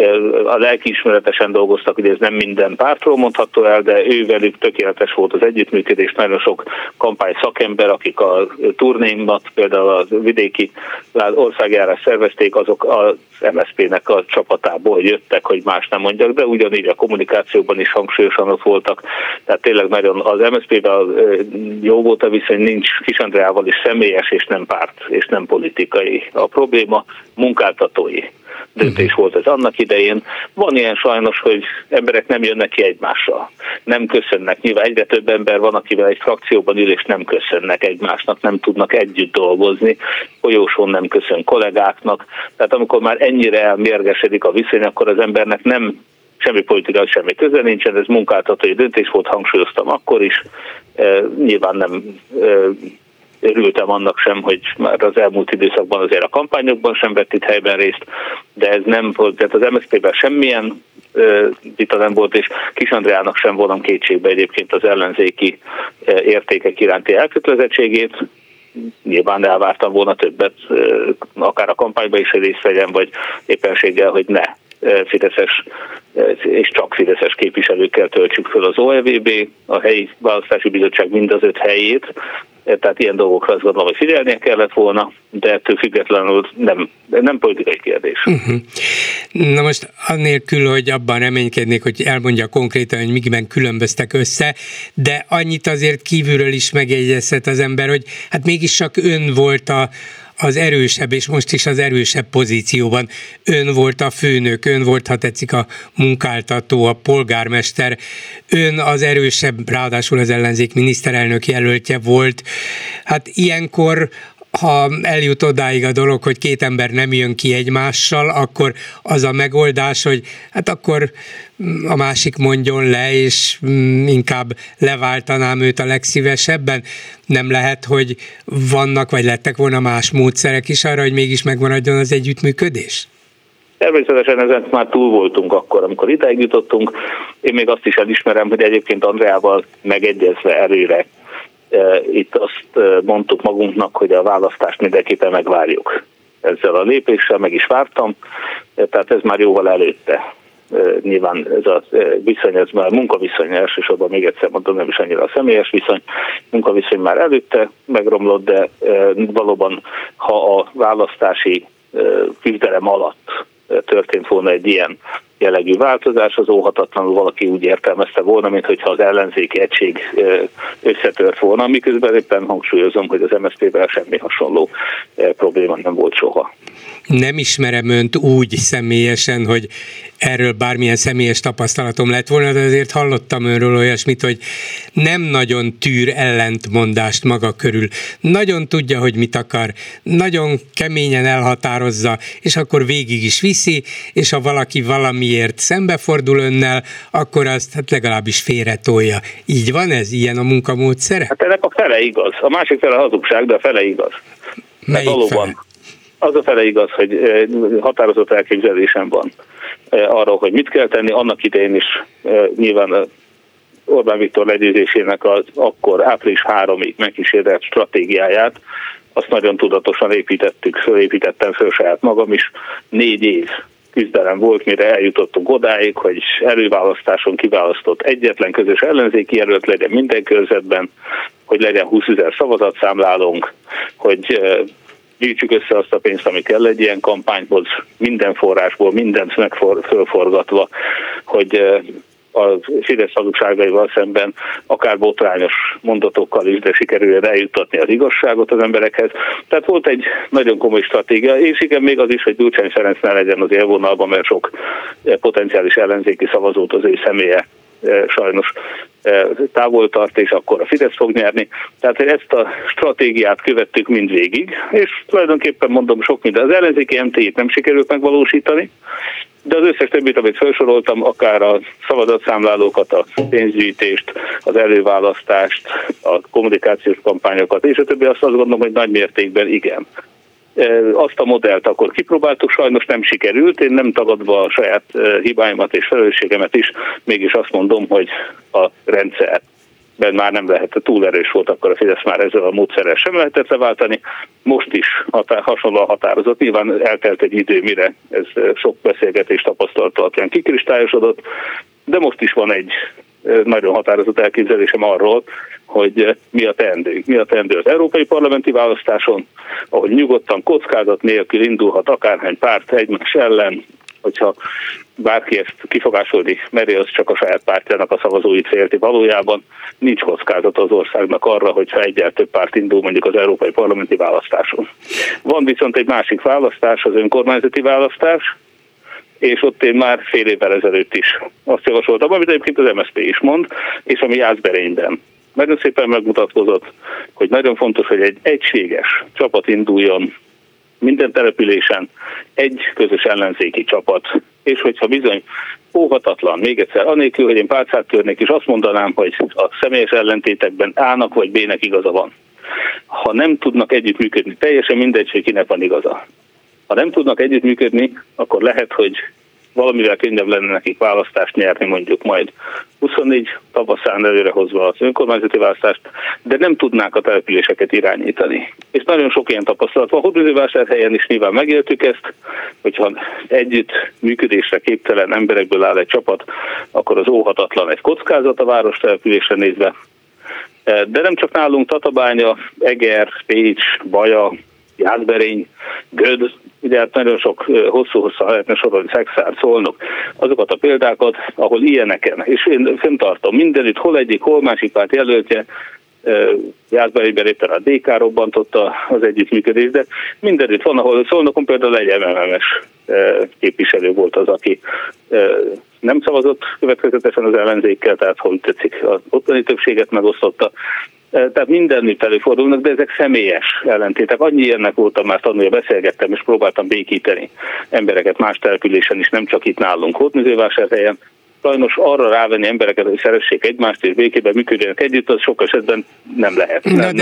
[SPEAKER 9] A lelkiismeretesen dolgoztak, ugye ez nem minden pártról mondható el, de ővelük tökéletes volt az együttműködés. Nagyon sok kampány szakember, akik a turnémat, például a vidéki országjárás szervezték, azok az MSZP-nek a csapatából jöttek, hogy más nem mondjak, de ugyanígy a kommunikációban is hangsúlyosan ott voltak. Tehát tényleg nagyon az MSZP-vel jó volt a viszony, nincs Kiss Andreával is személyes és nem párt és nem politikai. A probléma munkáltatói döntés volt ez annak idején. Van ilyen sajnos, hogy emberek nem jönnek ki egymással. Nem köszönnek. Nyilván egyre több ember van, akivel egy frakcióban ül, és nem köszönnek egymásnak, nem tudnak együtt dolgozni. Folyósón nem köszön kollégáknak. Tehát amikor már ennyire elmérgesedik a viszony, akkor az embernek nem semmi politikai, semmi köze nincsen, ez munkáltatói döntés volt, hangsúlyoztam akkor is. Nyilván nem örültem annak sem, hogy már az elmúlt időszakban azért a kampányokban sem vett itt helyben részt, de ez nem volt, tehát az MSZP-ben semmilyen vita nem volt, és Kiss Andreának sem vonom kétségbe egyébként az ellenzéki értékek iránti elkötelezettségét. Nyilván elvártam volna többet, akár a kampányban is részt vegyen, vagy éppenséggel, hogy ne fideszes és csak fideszes képviselőkkel töltsük föl az OEVB, a helyi választási bizottság mind az 5 helyét, tehát ilyen dolgokra azt gondolom, hogy figyelnie kellett volna, de ettől függetlenül nem politikai kérdés.
[SPEAKER 3] Na most annélkül, hogy abban reménykednék, hogy elmondja konkrétan, hogy mikben különböztek össze, de annyit azért kívülről is megjegyezhet az ember, hogy hát mégis csak ön volt az erősebb, és most is az erősebb pozícióban. Ön volt a főnök, ön volt, ha tetszik, a munkáltató, a polgármester, ön az erősebb, ráadásul az ellenzék miniszterelnök jelöltje volt. Hát ilyenkor, ha eljut odáig a dolog, hogy 2 ember nem jön ki egymással, akkor az a megoldás, hogy hát akkor a másik mondjon le, és inkább leváltanám őt a legszívesebben. Nem lehet, hogy vannak, vagy lettek volna más módszerek is arra, hogy mégis megmaradjon az együttműködés?
[SPEAKER 9] Természetesen ezen már túl voltunk akkor, amikor idáig jutottunk. Én még azt is elismerem, hogy egyébként Andreával megegyezve előre itt azt mondtuk magunknak, hogy a választást mindenképpen megvárjuk. Ezzel a lépéssel meg is vártam, tehát ez már jóval előtte. Nyilván ez a viszony, ez már munkaviszony elsősorban, még egyszer mondom, nem is annyira a személyes viszony, munkaviszony már előtte megromlott, de valóban, ha a választási küzdelem alatt történt volna egy ilyen jellegű változás, az óhatatlanul valaki úgy értelmezte volna, mintha az ellenzéki egység összetört volna, miközben éppen hangsúlyozom, hogy az MSZP-vel semmi hasonló probléma nem volt soha.
[SPEAKER 3] Nem ismerem önt úgy személyesen, hogy erről bármilyen személyes tapasztalatom lett volna, de azért hallottam önről olyasmit, hogy nem nagyon tűr ellentmondást maga körül. Nagyon tudja, hogy mit akar, nagyon keményen elhatározza, és akkor végig is viszi, és ha valaki valamiért szembefordul önnel, akkor azt hát legalábbis félretolja. Így van ez? Ilyen a munkamódszere? Hát
[SPEAKER 9] ennek a fele igaz. A másik fele hazugság, de a fele igaz.
[SPEAKER 3] Melyik fele?
[SPEAKER 9] Az a fele igaz, hogy határozott elképzelésem van arról, hogy mit kell tenni. Annak idején is nyilván Orbán Viktor legyőzésének az akkor április 3-ig megkísérelt stratégiáját, azt nagyon tudatosan fölépítettem föl saját magam is. 4 év küzdelem volt, mire eljutottunk odáig, hogy előválasztáson kiválasztott egyetlen közös ellenzéki jelölt legyen minden körzetben, hogy legyen 20 000 szavazatszámlálónk, hogy gyűjtsük össze azt a pénzt, ami kell egy ilyen kampányhoz, minden forrásból, mindent fölforgatva, hogy a Fidesz hazugságaival szemben akár botrányos mondatokkal is, de sikerül eljuttatni az igazságot az emberekhez. Tehát volt egy nagyon komoly stratégia, és igen, még az is, hogy Gyurcsány Ferenc ne legyen az élvonalban, mert sok potenciális ellenzéki szavazót az ő személye sajnos távol tart, és akkor a Fidesz fog nyerni. Tehát ezt a stratégiát követtük mindvégig, és tulajdonképpen mondom, sok minden. Az ellenzéki MT-t nem sikerült megvalósítani, de az összes többit, amit felsoroltam, akár a szavazatszámlálókat, a pénzgyűjtést, az előválasztást, a kommunikációs kampányokat, és a többi, azt gondolom, hogy nagy mértékben igen. Azt a modellt akkor kipróbáltuk, sajnos nem sikerült, én nem tagadva a saját hibáimat és felelősségemet is, mégis azt mondom, hogy a rendszerben már nem lehet, túl erős volt, akkor a Fidesz már ezzel a módszerrel sem lehetett leváltani. Most is hasonlóan határozott, nyilván eltelt egy idő, mire ez sok beszélgetés tapasztalat alapján kikristályosodott, de most is van egy nagyon határozott elképzelésem arról, hogy mi a teendő. Mi a teendő az európai parlamenti választáson, ahol nyugodtan kockázat nélkül indulhat akárhány párt egymás ellen, hogyha bárki ezt kifogásolni meri, az csak a saját pártjának a szavazóit félti. Valójában nincs kockázat az országnak arra, hogyha egyel több párt indul mondjuk az európai parlamenti választáson. Van viszont egy másik választás, az önkormányzati választás, és ott én már fél évvel ezelőtt is azt javasoltam, amit egyébként az MSZP is mond, és ami Jászberényben nagyon szépen megmutatkozott, hogy nagyon fontos, hogy egy egységes csapat induljon minden településen, egy közös ellenzéki csapat, és hogyha bizony óhatatlan, még egyszer, anélkül, hogy én pálcát törnék, és azt mondanám, hogy a személyes ellentétekben A-nak vagy B-nek igaza van. Ha nem tudnak együttműködni, teljesen mindegy, hogy kinek van igaza. Ha nem tudnak együttműködni, akkor lehet, hogy valamivel könnyebb lenne nekik választást nyerni, mondjuk majd 24 tavaszán előrehozva az önkormányzati választást, de nem tudnák a településeket irányítani. És nagyon sok ilyen tapasztalat van. Hódmezővásárhelyen is nyilván megéltük ezt, hogyha együtt működésre képtelen emberekből áll egy csapat, akkor az óhatatlan egy kockázat a város településre nézve. De nem csak nálunk, Tatabánya, Eger, Pécs, Baja, Jászberény, Göd, ugye hát nagyon sok hosszú-hosszú lehetne sorolni, Szexárd, Szolnok, azokat a példákat, ahol ilyeneken, és én fenntartom mindenütt, hol egyik, hol másik párt jelöltje, Jászberényben éppen a DK robbantotta az együttműködést, de mindenütt van, ahol Szolnokon például egy MMM-es képviselő volt az, aki nem szavazott következetesen az ellenzékkel, tehát hol tetszik, az ottani többséget megosztotta. Tehát mindenütt előfordulnak, de ezek személyes ellentétek. Annyi ilyennek voltam már tanulja, beszélgettem, és próbáltam békíteni embereket más településen is, nem csak itt nálunk, Hódmezővásárhelyen. sajnos arra rávenni embereket, hogy szeressék egymást és békében működjenek együtt, az sok esetben nem lehet.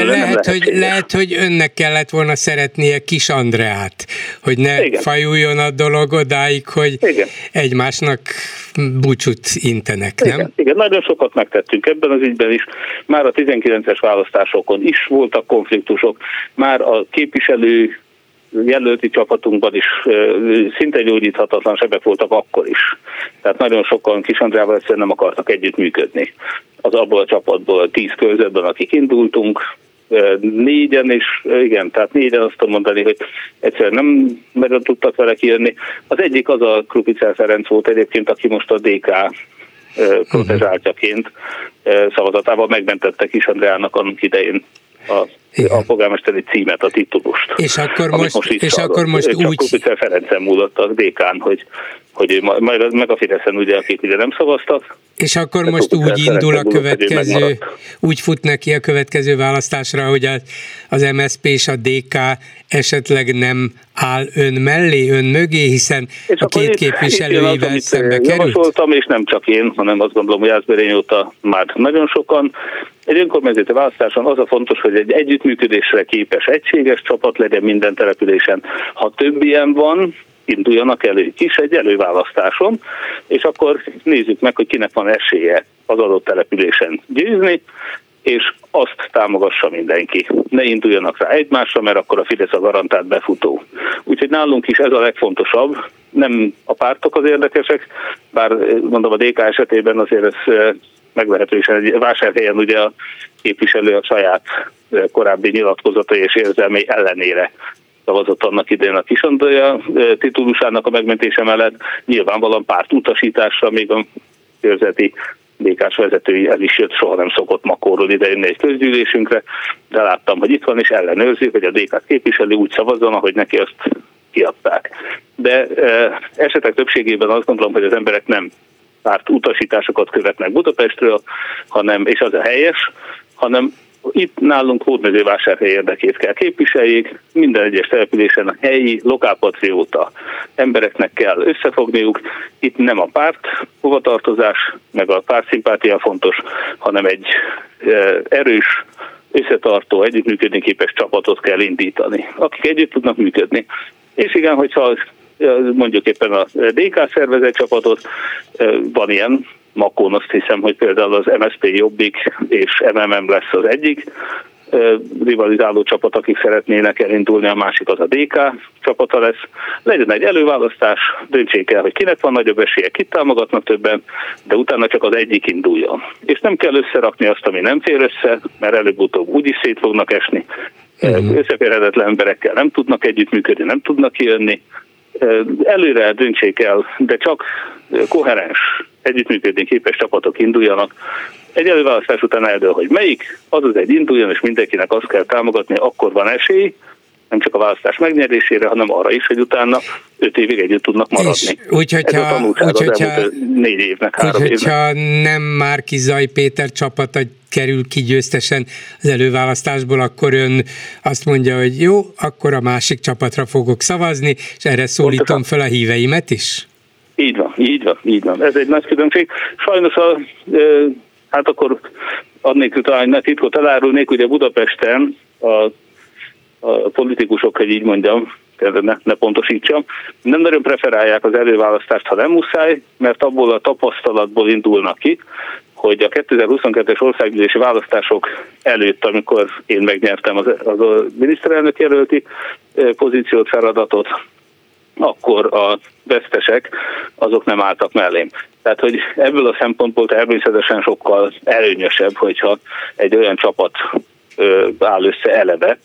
[SPEAKER 3] Lehet, hogy önnek kellett volna szeretnie Kis Andreát, hogy ne fajuljon a dolog odáig, hogy egymásnak búcsút intenek, nem?
[SPEAKER 9] Igen, nagyon sokat megtettünk ebben az ügyben is. Már a 19-es választásokon is voltak konfliktusok, már a képviselő jelölti csapatunkban is szinte gyógyíthatatlan sebek voltak akkor is. Tehát nagyon sokan Kis Andrával egyszerűen nem akartak együttműködni. Az abból a csapatból 10 körzetben, akik indultunk, 4-en is, tehát 4-en azt tudom mondani, hogy egyszerűen nem tudtak vele kijönni. Az egyik az a Krupicel Ferenc volt egyébként, aki most a DK protezsáltjaként szavazatával megmentette Kis Andreának annak idején a polgármesteri címet, a titulust.
[SPEAKER 3] És akkor most úgy...
[SPEAKER 9] Csak Ferencen múlott a DK-n, hogy majd meg a Fideszen ugye, akik ugye nem szavaztak.
[SPEAKER 3] És akkor most úgy indul a következő, úgy fut neki a következő választásra, hogy az MSZP és a DK esetleg nem áll ön mellé, ön mögé, hiszen és a két képviselőivel szembe került?
[SPEAKER 9] Javasoltam, és nem csak én, hanem azt gondolom, hogy Jászberény óta már nagyon sokan. Egy önkormányzati választáson az a fontos, hogy egy együttműködésre képes egységes csapat legyen minden településen. Ha több ilyen van, induljanak elő is egy előválasztáson, és akkor nézzük meg, hogy kinek van esélye az adott településen győzni, és azt támogassa mindenki. Ne induljanak rá egymásra, mert akkor a Fidesz a garantált befutó. Úgyhogy nálunk is ez a legfontosabb, nem a pártok az érdekesek, bár mondom a DK esetében azért ez meglehetősen egy Vásárhelyen ugye a képviselő a saját korábbi nyilatkozatai és érzelmei ellenére szavazott annak idején a Kis Andrea titulusának a megmentése mellett, nyilvánvalóan pártutasításra még a körzeti DK-s vezetői el is jött, soha nem szokott Makóról idejönni egy közgyűlésünkre, de láttam, hogy itt van és ellenőrzi, hogy a DK képviselő úgy szavazzon, ahogy neki azt kiadták. De esetek többségében azt gondolom, hogy az emberek nem pártutasításokat követnek Budapestről, és az a helyes, hanem itt nálunk Hódmezővásárhely érdekét kell képviseljék, minden egyes településen a helyi, lokálpatrióta embereknek kell összefogniuk. Itt nem a párt hovatartozás, meg a pártszimpátia fontos, hanem egy erős, összetartó, együttműködni képes csapatot kell indítani, akik együtt tudnak működni. És igen, hogyha mondjuk éppen a DK szervezett csapatot, van ilyen, Makón azt hiszem, hogy például az MSZP Jobbik és MMM lesz az egyik rivalizáló csapat, akik szeretnének elindulni, a másik az a DK csapata lesz. Legyen egy előválasztás, döntsék el, hogy kinek van nagyobb esélye, kit támogatnak többen, de utána csak az egyik induljon. És nem kell összerakni azt, ami nem fér össze, mert előbb-utóbb úgyis szét fognak esni. Összeférhetetlen emberekkel nem tudnak együttműködni, nem tudnak kijönni. Előre döntsék el, de csak koherens, együttműködni képes csapatok induljanak. Egy előválasztás után eldől, hogy melyik, az egy induljon, és mindenkinek azt kell támogatni, akkor van esély, nem csak a választás megnyerésére, hanem arra is, hogy utána 5 évig együtt tudnak maradni. Ez a tanulság az elmúlt 4 évnek, 3 évnek.
[SPEAKER 3] Hogyha nem Márki-Zay Péter csapata kerül ki győztesen az előválasztásból, akkor ön azt mondja, hogy jó, akkor a másik csapatra fogok szavazni, és erre szólítom fel a híveimet is?
[SPEAKER 9] Így van. Ez egy nagy különbség. Sajnos hát akkor adnék talán egy titkot elárulnék, ugye Budapesten a politikusok, hogy így mondjam, ne pontosítsam, nem nagyon preferálják az előválasztást, ha nem muszáj, mert abból a tapasztalatból indulnak ki, hogy a 2022-es országgyűlési választások előtt, amikor én megnyertem az a miniszterelnök jelölti pozíciót, feladatot, akkor a vesztesek azok nem álltak mellém. Tehát, hogy ebből a szempontból természetesen sokkal előnyösebb, hogyha egy olyan csapat áll össze eleve,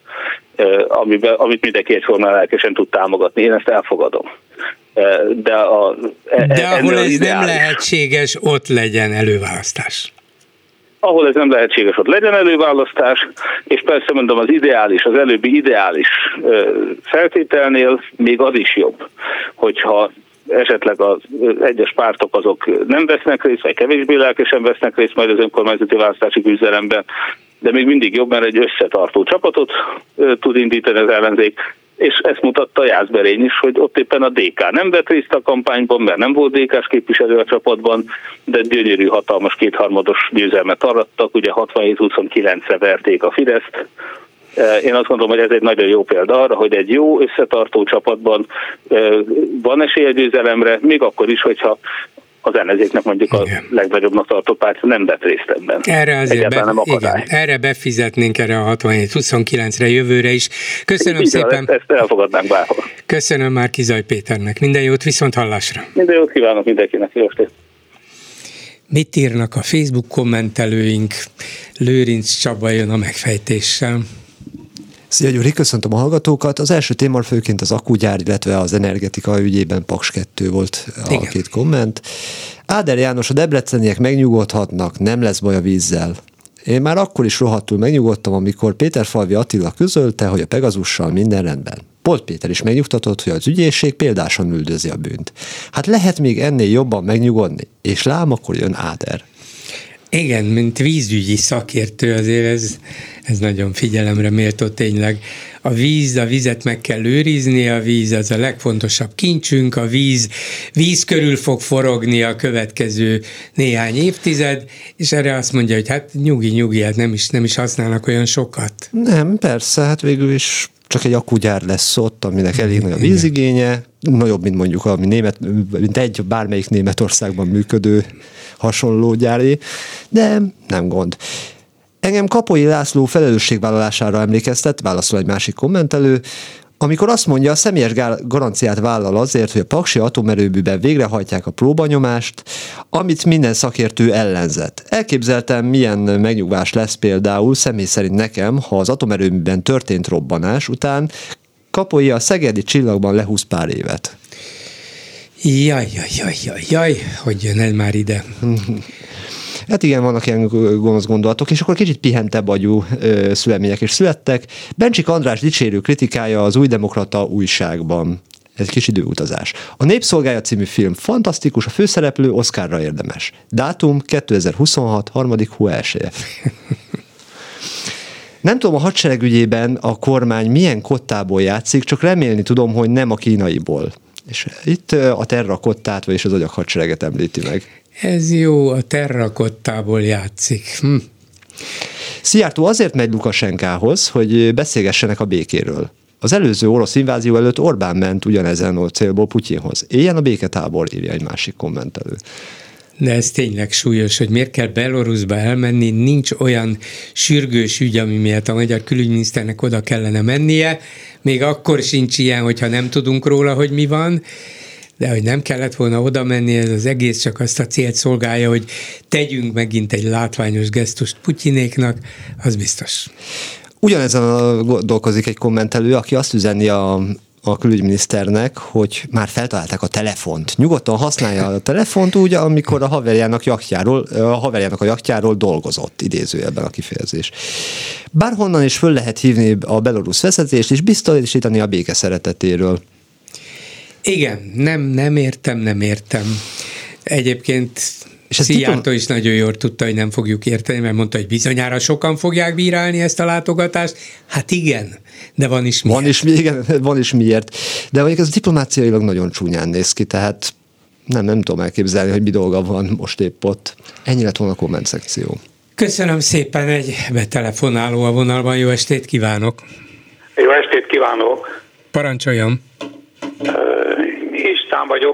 [SPEAKER 9] amit mindenki egyformán lelkesen tud támogatni. Én ezt elfogadom. De
[SPEAKER 3] ahol ez nem lehetséges, ott legyen előválasztás.
[SPEAKER 9] Ahol ez nem lehetséges, ott legyen előválasztás, és persze mondom, az előbbi ideális feltételnél még az is jobb, hogyha esetleg az egyes pártok azok nem vesznek részt, vagy kevésbé lelkesen vesznek részt majd az önkormányzati választási küzdelemben, de még mindig jobb, mert egy összetartó csapatot tud indítani az ellenzék, és ezt mutatta Jászberény is, hogy ott éppen a DK nem vett részt a kampányban, mert nem volt DK-s képviselő a csapatban, de gyönyörű, hatalmas kétharmados győzelmet arattak, ugye 67-29-re verték a Fideszt. Én azt gondolom, hogy ez egy nagyon jó példa arra, hogy egy jó összetartó csapatban van esély a győzelemre, még akkor is, hogyha az ellenzéknek mondjuk a legnagyobbnak tartó párt nem vett részt ebben.
[SPEAKER 3] Erre azért erre befizetnénk erre a 67-29-re jövőre is. Köszönöm szépen.
[SPEAKER 9] Ezt elfogadnánk bárhol.
[SPEAKER 3] Köszönöm Márki Zaj Péternek. Minden jót, viszont hallásra.
[SPEAKER 9] Minden jót kívánok mindenkinek. Jó estét.
[SPEAKER 3] Mit írnak a Facebook kommentelőink? Lőrinc Csaba jön a megfejtéssel.
[SPEAKER 10] Szia Gyuri, köszöntöm a hallgatókat. Az első téma főként az akkugyár, illetve az energetika ügyében Paks 2 volt a Igen. Két komment. Áder János, a debreceniek megnyugodhatnak, nem lesz baj a vízzel. Én már akkor is rohadtul megnyugodtam, amikor Péterfalvi Attila közölte, hogy a Pegazussal minden rendben. Polt Péter is megnyugtatott, hogy az ügyészség példásan üldözi a bűnt. Hát lehet még ennél jobban megnyugodni, és lám, akkor jön Áder.
[SPEAKER 3] Igen, mint vízügyi szakértő azért ez nagyon figyelemre méltó tényleg. A vizet meg kell őrizni, a víz az a legfontosabb kincsünk, a víz körül fog forogni a következő néhány évtized, és erre azt mondja, hogy hát nyugi, hát nem is használnak olyan sokat.
[SPEAKER 10] Nem, persze, hát végül is csak egy akkugyár lesz ott, aminek elég nagy a vízigénye, nagyobb, mint mondjuk mint bármelyik Németországban működő hasonló gyáré, de nem gond. Engem Kapolyi László felelősségvállalására emlékeztet, válaszol egy másik kommentelő, amikor azt mondja, a személyes garanciát vállal azért, hogy a paksi atomerőműben végrehajtják a próbanyomást, amit minden szakértő ellenzett. Elképzeltem, milyen megnyugvás lesz például személy szerint nekem, ha az atomerőműben történt robbanás után Kapolyi a szegedi Csillagban lehúz pár évet.
[SPEAKER 3] Jaj, hogy jön el már ide?
[SPEAKER 10] Hát igen, vannak ilyen gonosz gondolatok, és akkor kicsit pihentebb agyú szülemények is születtek. Bencsik András dicsérő kritikája az Új Demokrata újságban. Ez egy kis időutazás. A Népszolgája című film fantasztikus, a főszereplő Oscarra érdemes. Dátum 2026. 3. hó 1-e. Nem tudom, a hadsereg ügyében a kormány milyen kottából játszik, csak remélni tudom, hogy nem a kínaiból. És itt a terrakottát, vagyis az agyaghadsereget említi meg.
[SPEAKER 3] Ez jó, a terrakottából játszik.
[SPEAKER 10] Szijjártó azért megy Lukasenkához, hogy beszélgessenek a békéről. Az előző orosz invázió előtt Orbán ment ugyanezen a célból Putyinhoz. Éljen a béketábor, írja egy másik kommentelő.
[SPEAKER 3] De ez tényleg súlyos, hogy miért kell Belarusba elmenni, nincs olyan sürgős ügy, ami miatt a magyar külügyminiszternek oda kellene mennie, még akkor sincs ilyen, hogyha nem tudunk róla, hogy mi van, de hogy nem kellett volna oda menni, ez az egész csak azt a célt szolgálja, hogy tegyünk megint egy látványos gesztust Putyinéknak, az biztos.
[SPEAKER 10] Ugyanezen dolgozik egy kommentelő, aki azt üzeni a külügyminiszternek, hogy már feltalálták a telefont. Nyugodtan használja a telefont úgy, amikor a haverjának a jachtjáról dolgozott, idézőjelben a kifejezés. Bárhonnan is föl lehet hívni a belorusz vezetést, és biztosítani a béke szeretetéről.
[SPEAKER 3] Igen, nem értem. Egyébként Szijjártó is nagyon jól tudta, hogy nem fogjuk érteni, mert mondta, hogy bizonyára sokan fogják bírálni ezt a látogatást. Hát igen, de van is miért.
[SPEAKER 10] Van is miért. De mondjuk ez diplomáciailag nagyon csúnyán néz ki, tehát nem tudom elképzelni, hogy mi dolga van most épp ott. Ennyi lett volna a komment szekció.
[SPEAKER 3] Köszönöm szépen, egy betelefonáló a vonalban. Jó estét kívánok!
[SPEAKER 11] Jó estét kívánok!
[SPEAKER 3] Parancsoljon!
[SPEAKER 11] István vagyok.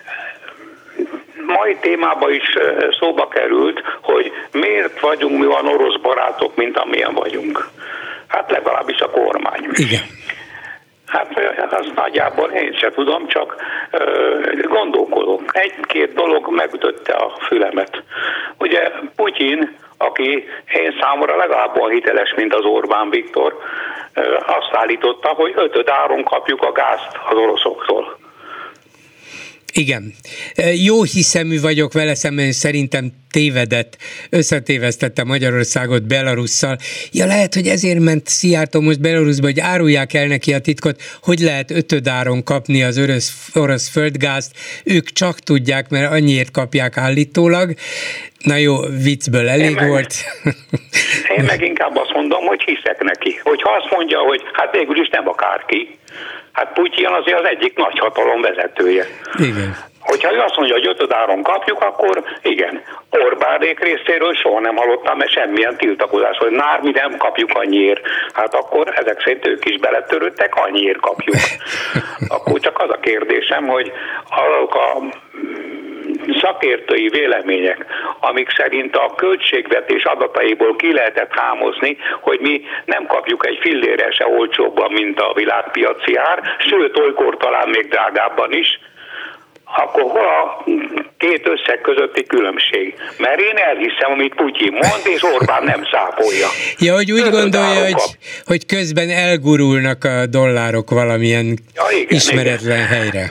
[SPEAKER 11] Mai témában is szóba került, hogy miért vagyunk mi van orosz barátok, mint amilyen vagyunk. Hát legalábbis a kormány.
[SPEAKER 3] Igen.
[SPEAKER 11] Hát az nagyjából én sem tudom, csak gondolkodok. Egy-két dolog megütötte a fülemet. Ugye Putyin, aki én számomra legalább olyan hiteles, mint az Orbán Viktor, azt állította, hogy 5 áron kapjuk a gázt az oroszoktól.
[SPEAKER 3] Igen. Jó hiszemű vagyok vele szemben, és szerintem tévedett, összetévesztette Magyarországot Belarusszal. Ja, lehet, hogy ezért ment Szijjártó most Belarusba, hogy árulják el neki a titkot, hogy lehet 5 áron kapni az orosz földgázt. Ők csak tudják, mert annyiért kapják állítólag. Na jó, viccből elég volt.
[SPEAKER 11] Én meg inkább azt mondom, hogy hiszek neki. Hogyha azt mondja, hogy hát végül is nem akárki, Hát Putyin azért az egyik nagyhatalom vezetője.
[SPEAKER 3] Igen.
[SPEAKER 11] Hogyha ő azt mondja, hogy 5 áron kapjuk, akkor igen. Orbánék részéről soha nem hallottam, mert semmilyen tiltakozás, hogy mi nem kapjuk annyiért. Hát akkor ezek szerint ők is beletörődtek, annyiért kapjuk. Akkor csak az a kérdésem, hogy azok a szakértői vélemények, amik szerint a költségvetés adataiból ki lehetett hámozni, hogy mi nem kapjuk egy fillére se olcsóbban, mint a világpiaci ár, sőt, olykor talán még drágábban is, akkor hol a két összeg közötti különbség? Mert én elhiszem, amit Putyin mond, és Orbán nem szápolja.
[SPEAKER 3] Ja, hogy úgy gondolja, hogy közben elgurulnak a dollárok valamilyen ismeretlen helyre.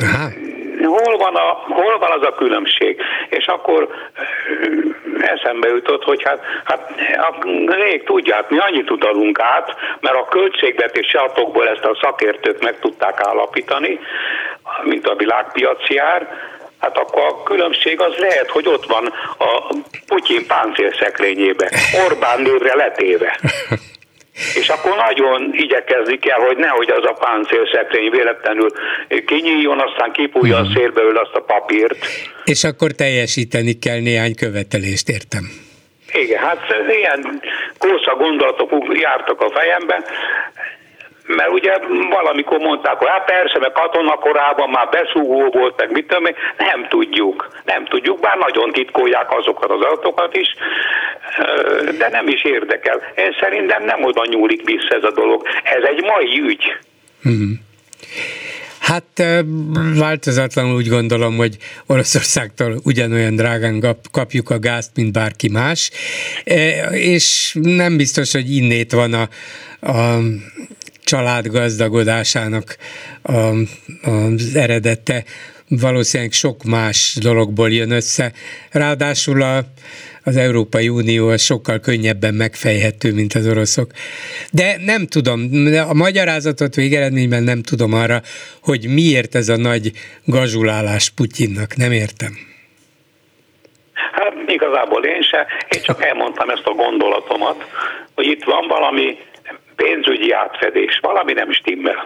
[SPEAKER 11] Hol van az a különbség? És akkor eszembe jutott, hogy hát rég tudják, mi annyit utalunk át, mert a költségvetési adatokból ezt a szakértők meg tudták állapítani, mint a világpiaci ár, hát akkor a különbség az lehet, hogy ott van a Putyin páncélszekrényébe, Orbán névre letéve. És akkor nagyon igyekezni kell, hogy nehogy az a páncélszekrény véletlenül kinyíljon, aztán kipújja a szél belőle azt a papírt.
[SPEAKER 3] És akkor teljesíteni kell néhány követelést, értem.
[SPEAKER 11] Igen, hát ilyen kósza gondolatok jártak a fejembe, mert ugye valamikor mondták, hogy hát persze, mert katonakorában már beszúgó volt, meg mit tudom én, nem tudjuk, bár nagyon titkolják azokat az adatokat is, de nem is érdekel. Én szerintem nem oda nyúlik vissza ez a dolog. Ez egy mai ügy.
[SPEAKER 3] Hát változatlanul úgy gondolom, hogy Oroszországtól ugyanolyan drágán kapjuk a gázt, mint bárki más, és nem biztos, hogy innét van a család gazdagodásának az eredete, valószínűleg sok más dologból jön össze. Ráadásul az Európai Unió az sokkal könnyebben megfejhető, mint az oroszok. De nem tudom, a magyarázatot végeredményben nem tudom arra, hogy miért ez a nagy gazsulálás Putyinnak, nem értem.
[SPEAKER 11] Hát igazából én csak elmondtam ezt a gondolatomat, hogy itt van valami pénzügyi átfedés, valami nem stimmel.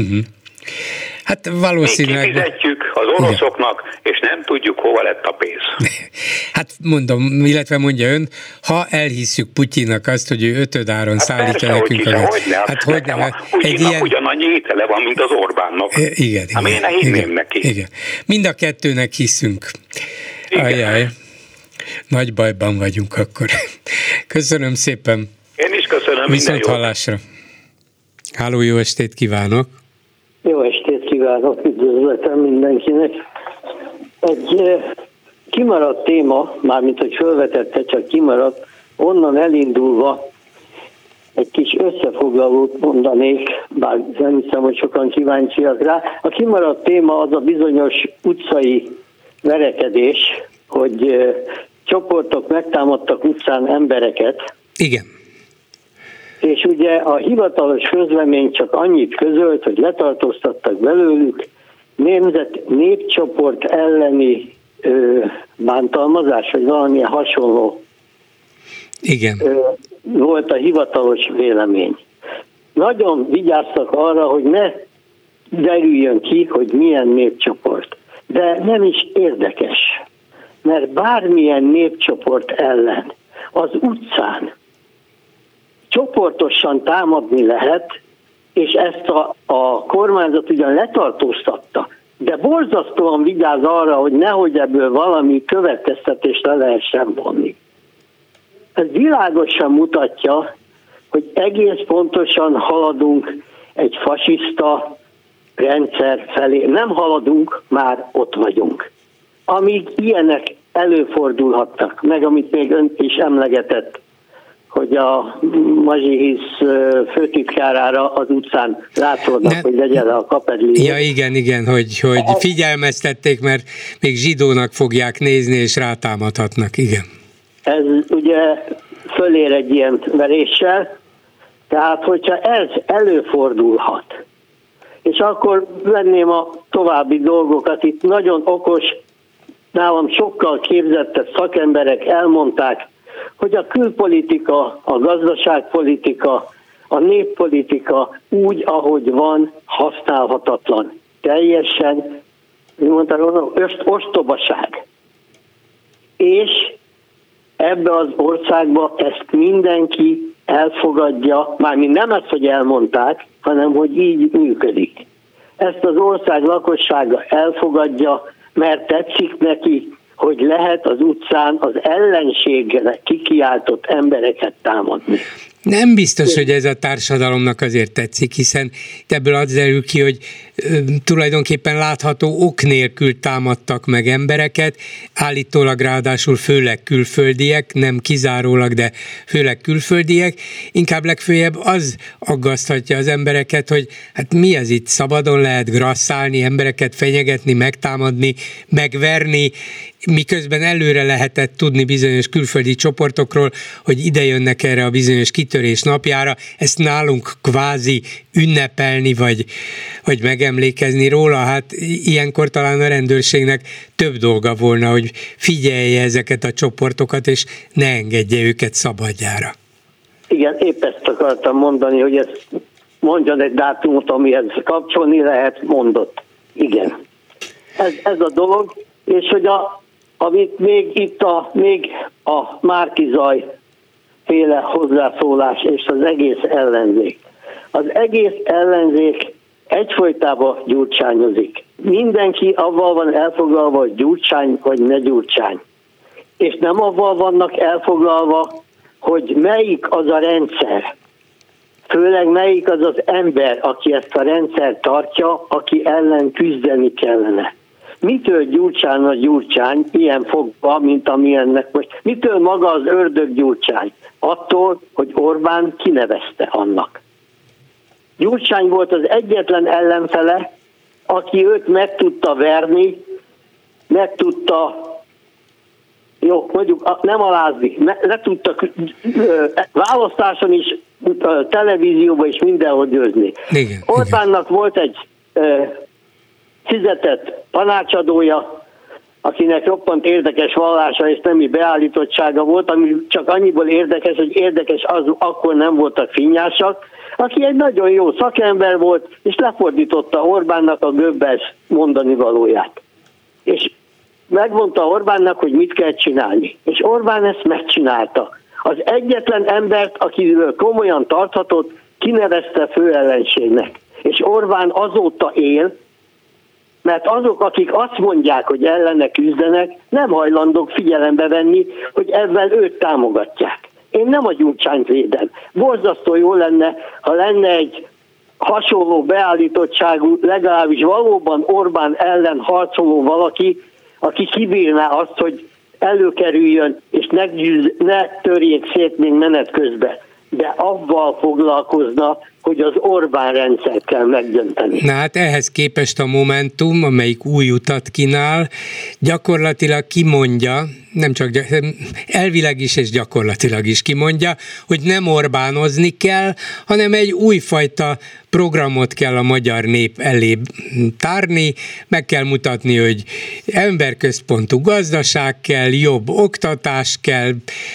[SPEAKER 3] Hát valószínűleg...
[SPEAKER 11] Mi kifizetjük az oroszoknak, és nem tudjuk, hova lett a pénz.
[SPEAKER 3] Hát mondom, illetve mondja ön, ha elhisszük Putyinnak azt, hogy ő 5 áron szállítja nekünk a gázt. Hát hogyne?
[SPEAKER 11] Putyinak ugyanannyi hitele van, mint az Orbánnak.
[SPEAKER 3] Igen.
[SPEAKER 11] Hát én ne hinném neki.
[SPEAKER 3] Igen. Mind a kettőnek hiszünk. Ajjaj. Nagy bajban vagyunk akkor. Köszönöm szépen.
[SPEAKER 11] Én is köszönöm.
[SPEAKER 3] Viszont hallásra. Háló, jó estét kívánok.
[SPEAKER 12] Jó estét kívánok, üdvözletem mindenkinek. Egy kimaradt téma, mármint hogy felvetette, csak kimaradt, onnan elindulva egy kis összefoglalót mondanék, bár nem hiszem, hogy sokan kíváncsiak rá. A kimaradt téma az a bizonyos utcai verekedés, hogy csoportok megtámadtak utcán embereket.
[SPEAKER 3] Igen.
[SPEAKER 12] És ugye a hivatalos közlemény csak annyit közölt, hogy letartóztattak belőlük népcsoport elleni bántalmazás, vagy valamilyen hasonló.
[SPEAKER 3] Igen.
[SPEAKER 12] Volt a hivatalos vélemény. Nagyon vigyáztak arra, hogy ne derüljön ki, hogy milyen népcsoport. De nem is érdekes, mert bármilyen népcsoport ellen az utcán csoportosan támadni lehet, és ezt a kormányzat ugyan letartóztatta, de borzasztóan vigyáz arra, hogy nehogy ebből valami következtetést le lehessen vonni. Ez világosan mutatja, hogy egész pontosan haladunk egy fasiszta rendszer felé. Nem haladunk, már ott vagyunk. Amíg ilyenek előfordulhattak, meg amit még ön is emlegetett, hogy a Mazsihisz főtitkárára az utcán látszódnak, hogy legyen a kapedli.
[SPEAKER 3] Ja, igen, hogy figyelmeztették, mert még zsidónak fogják nézni, és rátámadhatnak, igen.
[SPEAKER 12] Ez ugye fölér egy ilyen veréssel, tehát hogyha ez előfordulhat, és akkor venném a további dolgokat, itt nagyon okos, nálam sokkal képzettebb szakemberek elmondták, hogy a külpolitika, a gazdaságpolitika, a néppolitika úgy, ahogy van, használhatatlan. Teljesen, mi mondtam, ostobaság. És ebbe az országba ezt mindenki elfogadja, mármint nem azt, hogy elmondták, hanem hogy így működik. Ezt az ország lakossága elfogadja, mert tetszik neki, hogy lehet az utcán az ellenségre kikiáltott embereket támadni.
[SPEAKER 3] Nem biztos, hogy ez a társadalomnak azért tetszik, hiszen ebből az derül ki, hogy tulajdonképpen látható ok nélkül támadtak meg embereket, állítólag ráadásul főleg külföldiek, nem kizárólag, de főleg külföldiek. Inkább legfőjebb az aggaszthatja az embereket, hogy hát mi az itt, szabadon lehet grasszálni, embereket fenyegetni, megtámadni, megverni, miközben előre lehetett tudni bizonyos külföldi csoportokról, hogy ide jönnek erre a bizonyos kitörés napjára, ezt nálunk kvázi ünnepelni, vagy megemlékezni róla, hát ilyenkor talán a rendőrségnek több dolga volna, hogy figyelje ezeket a csoportokat, és ne engedje őket szabadjára.
[SPEAKER 12] Igen, épp ezt akartam mondani, hogy ezt mondjon egy dátumot, amihez kapcsolni lehet, mondott. Igen. Ez a dolog, és hogy amit még a Márki-Zay féle hozzászólás és az egész ellenzék. Az egész ellenzék egyfolytában gyurcsányozik. Mindenki avval van elfoglalva, hogy gyurcsány vagy ne gyurcsány. És nem avval vannak elfoglalva, hogy melyik az a rendszer, főleg melyik az az ember, aki ezt a rendszert tartja, aki ellen küzdeni kellene. Mitől Gyurcsány a Gyurcsány ilyen fogva, mint amilyennek most? Mitől maga az ördög Gyurcsány? Attól, hogy Orbán kinevezte annak. Gyurcsány volt az egyetlen ellenfele, aki őt meg tudta verni, meg tudta, jó, mondjuk nem alázni, le tudta választáson is, televízióban is mindenhol győzni.
[SPEAKER 3] Igen,
[SPEAKER 12] Orbánnak volt egy fizetett tanácsadója, akinek roppant érdekes vallása és nemi beállítottsága volt, ami csak annyiból érdekes, hogy érdekes az, akkor nem voltak finnyásak, aki egy nagyon jó szakember volt, és lefordította Orbánnak a Goebbels mondani valóját. És megmondta Orbánnak, hogy mit kell csinálni. És Orbán ezt megcsinálta. Az egyetlen embert, akiről komolyan tarthatott, kinevezte főellenségnek. És Orbán azóta él, mert azok, akik azt mondják, hogy ellene küzdenek, nem hajlandók figyelembe venni, hogy ezzel őt támogatják. Én nem a Gyurcsányt védem. Borzasztó jó lenne, ha lenne egy hasonló beállítottságú, legalábbis valóban Orbán ellen harcoló valaki, aki kibírná azt, hogy előkerüljön, és ne törjék szét még menet közben. De avval foglalkozna, hogy az Orbán rendszert kell megdönteni.
[SPEAKER 3] Na hát ehhez képest a Momentum, amelyik új utat kínál, gyakorlatilag kimondja, nem csak elvileg is és gyakorlatilag is kimondja, hogy nem Orbánozni kell, hanem egy újfajta programot kell a magyar nép elé tárni, meg kell mutatni, hogy emberközpontú gazdaság kell, jobb oktatás kell,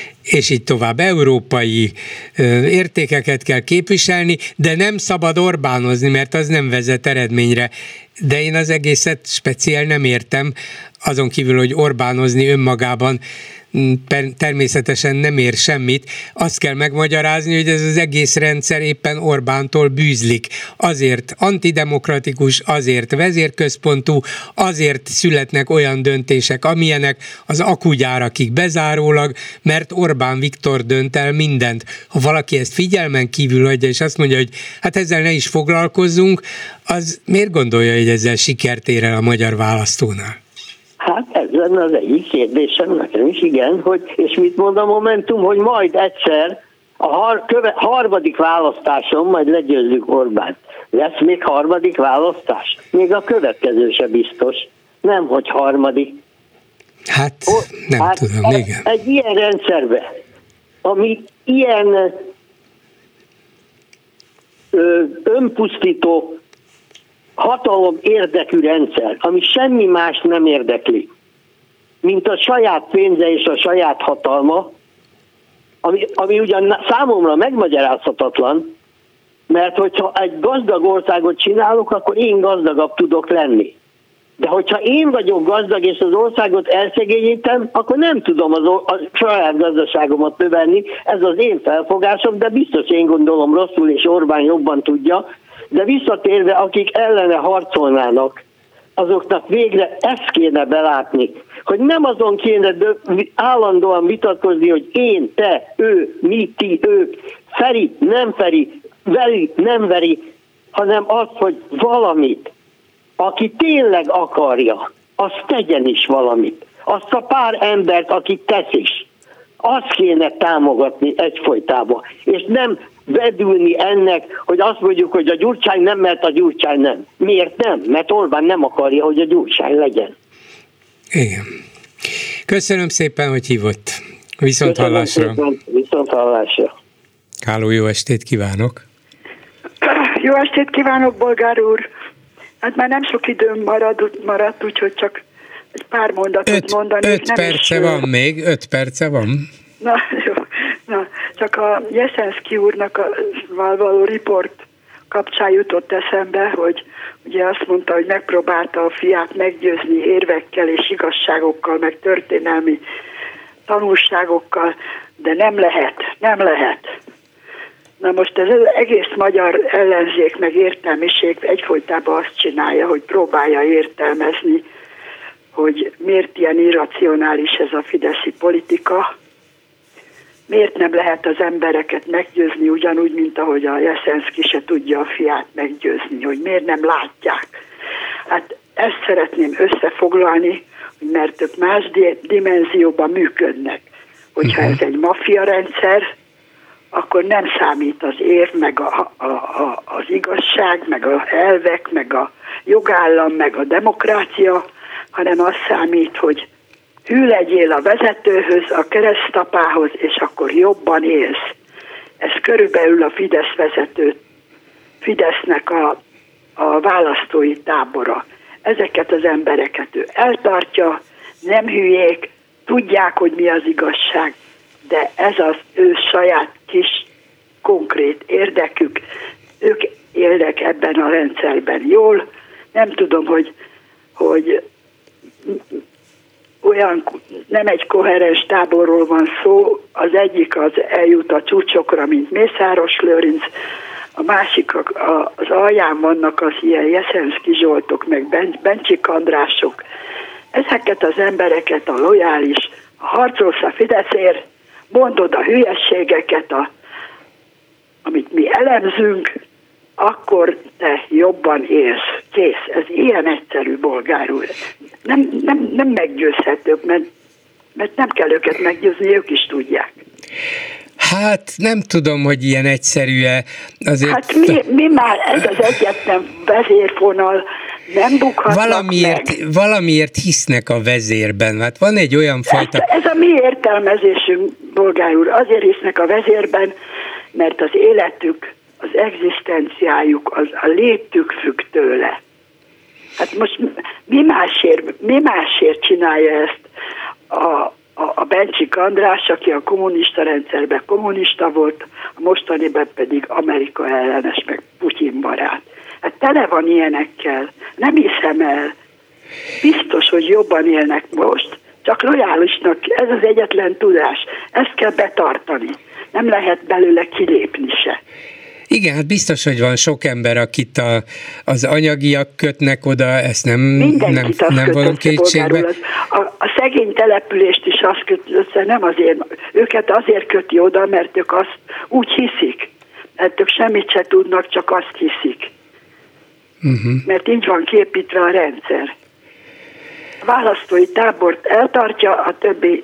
[SPEAKER 3] és így tovább, európai értékeket kell képviselni, de nem szabad Orbánozni, mert az nem vezet eredményre. De én az egészet speciál nem értem, azon kívül, hogy Orbánozni önmagában természetesen nem ér semmit. Azt kell megmagyarázni, hogy ez az egész rendszer éppen Orbántól bűzlik. Azért antidemokratikus, azért vezérközpontú, azért születnek olyan döntések, amilyenek az akugyárakig bezárólag, mert Orbán Viktor dönt el mindent. Ha valaki ezt figyelmen kívül hagyja, és azt mondja, hogy hát ezzel ne is foglalkozzunk, az miért gondolja, hogy ezzel sikert ér el a magyar választónál?
[SPEAKER 12] Hát ez lenne az egyik kérdésem nekem is, igen, hogy, és mit mond a Momentum, hogy majd egyszer a harmadik választáson majd legyőzzük Orbánt. Lesz még harmadik választás? Még a következő se biztos. Nem, hogy harmadik.
[SPEAKER 3] Hát nem tudom, igen.
[SPEAKER 12] Egy ilyen rendszerben, ami ilyen önpusztító hatalom érdekű rendszer, ami semmi más nem érdekli, mint a saját pénze és a saját hatalma, ami ugyan számomra megmagyarázhatatlan, Mert hogyha egy gazdag országot csinálok, akkor én gazdagabb tudok lenni. De hogyha én vagyok gazdag, és az országot elszegényítem, akkor nem tudom a saját gazdaságomat növelni. Ez az én felfogásom, de biztos én gondolom rosszul, és Orbán jobban tudja. De visszatérve, akik ellene harcolnának, azoknak végre ezt kéne belátni, hogy nem azon kéne állandóan vitatkozni, hogy én, te, ő, mi, ti, ők, Feri, nem Feri, veri, nem veri, hanem az, hogy valamit, aki tényleg akarja, az tegyen is valamit. Azt a pár embert, aki tesz is, azt kéne támogatni egyfolytában. És nem vedülni ennek, hogy azt mondjuk, hogy a Gyurcsány nem, mert a Gyurcsány nem. Miért nem? Mert Orbán nem akarja, hogy a Gyurcsány legyen.
[SPEAKER 3] Igen. Köszönöm szépen, hogy hívott. Viszont hallásra.
[SPEAKER 12] Viszont hallásra.
[SPEAKER 3] Háló, jó estét kívánok.
[SPEAKER 13] Jó estét kívánok, Bolgár úr. Hát már nem sok időm maradt, úgyhogy csak egy pár mondatot mondani.
[SPEAKER 3] 5 perce van még, 5 perce van.
[SPEAKER 13] Na, jó. Na, csak a Jeszenszky úrnak való riport kapcsán jutott eszembe, hogy ugye azt mondta, hogy megpróbálta a fiát meggyőzni érvekkel és igazságokkal, meg történelmi tanulságokkal, de nem lehet. Na most ez az egész magyar ellenzék meg értelmiség egyfolytában azt csinálja, hogy próbálja értelmezni, hogy miért ilyen irracionális ez a fideszi politika, miért nem lehet az embereket meggyőzni ugyanúgy, mint ahogy a Jeszenszky se tudja a fiát meggyőzni, hogy miért nem látják. Hát ezt szeretném összefoglalni, mert ők más dimenzióban működnek. Hogyha ez egy maffia rendszer, akkor nem számít az érv, meg az igazság, meg az elvek, meg a jogállam, meg a demokrácia, hanem az számít, hogy hű legyél a vezetőhöz, a keresztapához, és akkor jobban élsz. Ez körülbelül a Fidesznek a választói tábora. Ezeket az embereket ő eltartja, nem hülyék, tudják, hogy mi az igazság, de ez az ő saját kis konkrét érdekük. Ők élnek ebben a rendszerben jól. Nem tudom, hogy olyan, nem egy koherens táborról van szó, az egyik az eljut a csúcsokra, mint Mészáros Lőrinc, a másik az alján vannak az ilyen Jeszenszky Zsoltok, meg Bencsik Andrások. Ezeket az embereket a lojális, a harcolsz a Fideszért, mondod a hülyességeket, amit mi elemzünk, akkor te jobban élsz. Kész. Ez ilyen egyszerű, Bolgár úr. Nem meggyőzhetők, mert nem kell őket meggyőzni, ők is tudják.
[SPEAKER 3] Hát nem tudom, hogy ilyen egyszerű-e. Azért...
[SPEAKER 13] Hát mi már ez az egyetlen vezérfonal, nem bukhatnak
[SPEAKER 3] valamiért hisznek a vezérben. Hát van egy olyan fajta...
[SPEAKER 13] Ez a mi értelmezésünk, Bolgár úr. Azért hisznek a vezérben, mert az életük, az egzisztenciájuk, a létük függ tőle. Hát most mi másért csinálja ezt a Bencsik András, aki a kommunista rendszerben kommunista volt, a mostaniben pedig Amerika ellenes, meg Putyin barát. Hát tele van ilyenekkel. Nem hiszem el. Biztos, hogy jobban élnek most. Csak lojálisnak, ez az egyetlen tudás. Ezt kell betartani. Nem lehet belőle kilépni se.
[SPEAKER 3] Igen, hát biztos, hogy van sok ember, akit az anyagiak kötnek oda, ezt nem vonom kétségbe.
[SPEAKER 13] A szegény települést is azt köti össze, nem azért, őket azért köti oda, mert ők azt úgy hiszik, mert ők semmit se tudnak, csak azt hiszik. Mert így van képítve a rendszer. A választói tábort eltartja, a többi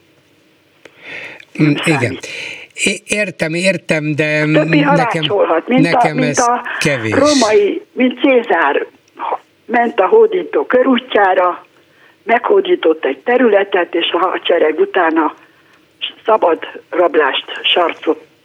[SPEAKER 3] igen. Értem, de
[SPEAKER 13] többi harácsolhat,
[SPEAKER 3] nekem
[SPEAKER 13] mint
[SPEAKER 3] ez kevés.
[SPEAKER 13] Római, mint Cézár ment a hódító körútjára, meghódított egy területet, és a hadsereg utána szabad rablást,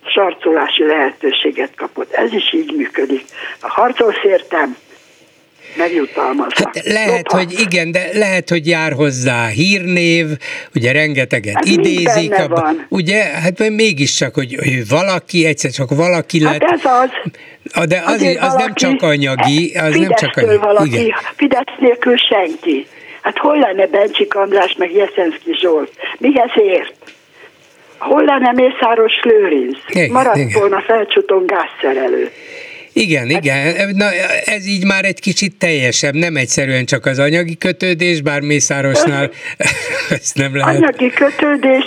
[SPEAKER 13] sarcolási lehetőséget kapott. Ez is így működik. A harcolsz értem, megjutalmazza.
[SPEAKER 3] Hát lehet, hogy igen, de lehet, hogy jár hozzá hírnév, ugye rengeteget hát idézik. Ugye, hát mégiscsak, hogy ő egyszer csak valaki lett.
[SPEAKER 13] Hát ez az.
[SPEAKER 3] De az nem csak anyagi.
[SPEAKER 13] Valaki, Fidesz nélkül senki. Hát hol lenne Bencsik András meg Jeszenszky Zsolt? Mihez ért? Hol lenne Mészáros Lőrinc? Maradt volna Felcsúton gázszerelő.
[SPEAKER 3] Igen. Na, ez így már egy kicsit teljesebb, nem egyszerűen csak az anyagi kötődés, bár Mészárosnál ezt nem lehet.
[SPEAKER 13] Anyagi kötődés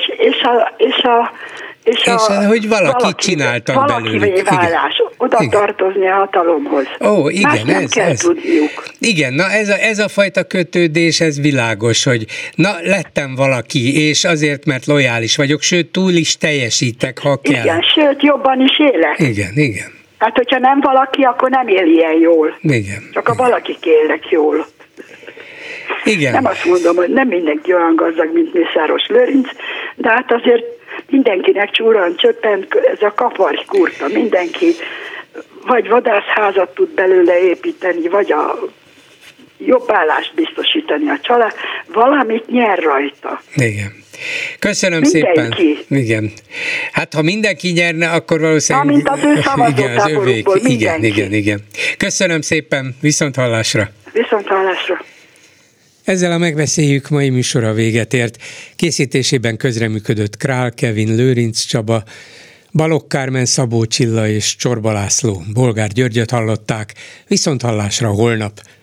[SPEAKER 13] és
[SPEAKER 3] hogy valaki csináltak belőlük.
[SPEAKER 13] Válás, oda tartozni a hatalomhoz.
[SPEAKER 3] Ó, igen,
[SPEAKER 13] más nem kell tudniuk.
[SPEAKER 3] Igen, na ez a fajta kötődés, ez világos, hogy na lettem valaki, és azért, mert lojális vagyok, sőt, túl is teljesítek, ha kell.
[SPEAKER 13] Igen, sőt, jobban is élek.
[SPEAKER 3] Igen.
[SPEAKER 13] Hát, hogyha nem valaki, akkor nem él ilyen jól.
[SPEAKER 3] Igen.
[SPEAKER 13] Csak a valakik élnek jól.
[SPEAKER 3] Igen.
[SPEAKER 13] Nem azt mondom, hogy nem mindenki olyan gazdag, mint Mészáros Lőrinc, de hát azért mindenkinek csúran csöppent ez a kaparkurta. Mindenki vagy vadászházat tud belőle építeni, vagy a jobb állást biztosítani a család, valamit nyer rajta.
[SPEAKER 3] Igen. Köszönöm
[SPEAKER 13] mindenki.
[SPEAKER 3] Szépen. Igen. Hát ha mindenki nyerne, akkor valószínűleg...
[SPEAKER 13] mint az ő szavazótáborukból mindenki.
[SPEAKER 3] Igen. Köszönöm szépen, viszonthallásra.
[SPEAKER 13] Viszonthallásra.
[SPEAKER 3] Ezzel a megbeszéljük mai műsora véget ért. Készítésében közreműködött Král Kevin, Lőrinc Csaba, Balogh Kármen, Szabó Csilla és Csorba László. Bolgár Györgyöt hallották. Viszonthallásra holnap.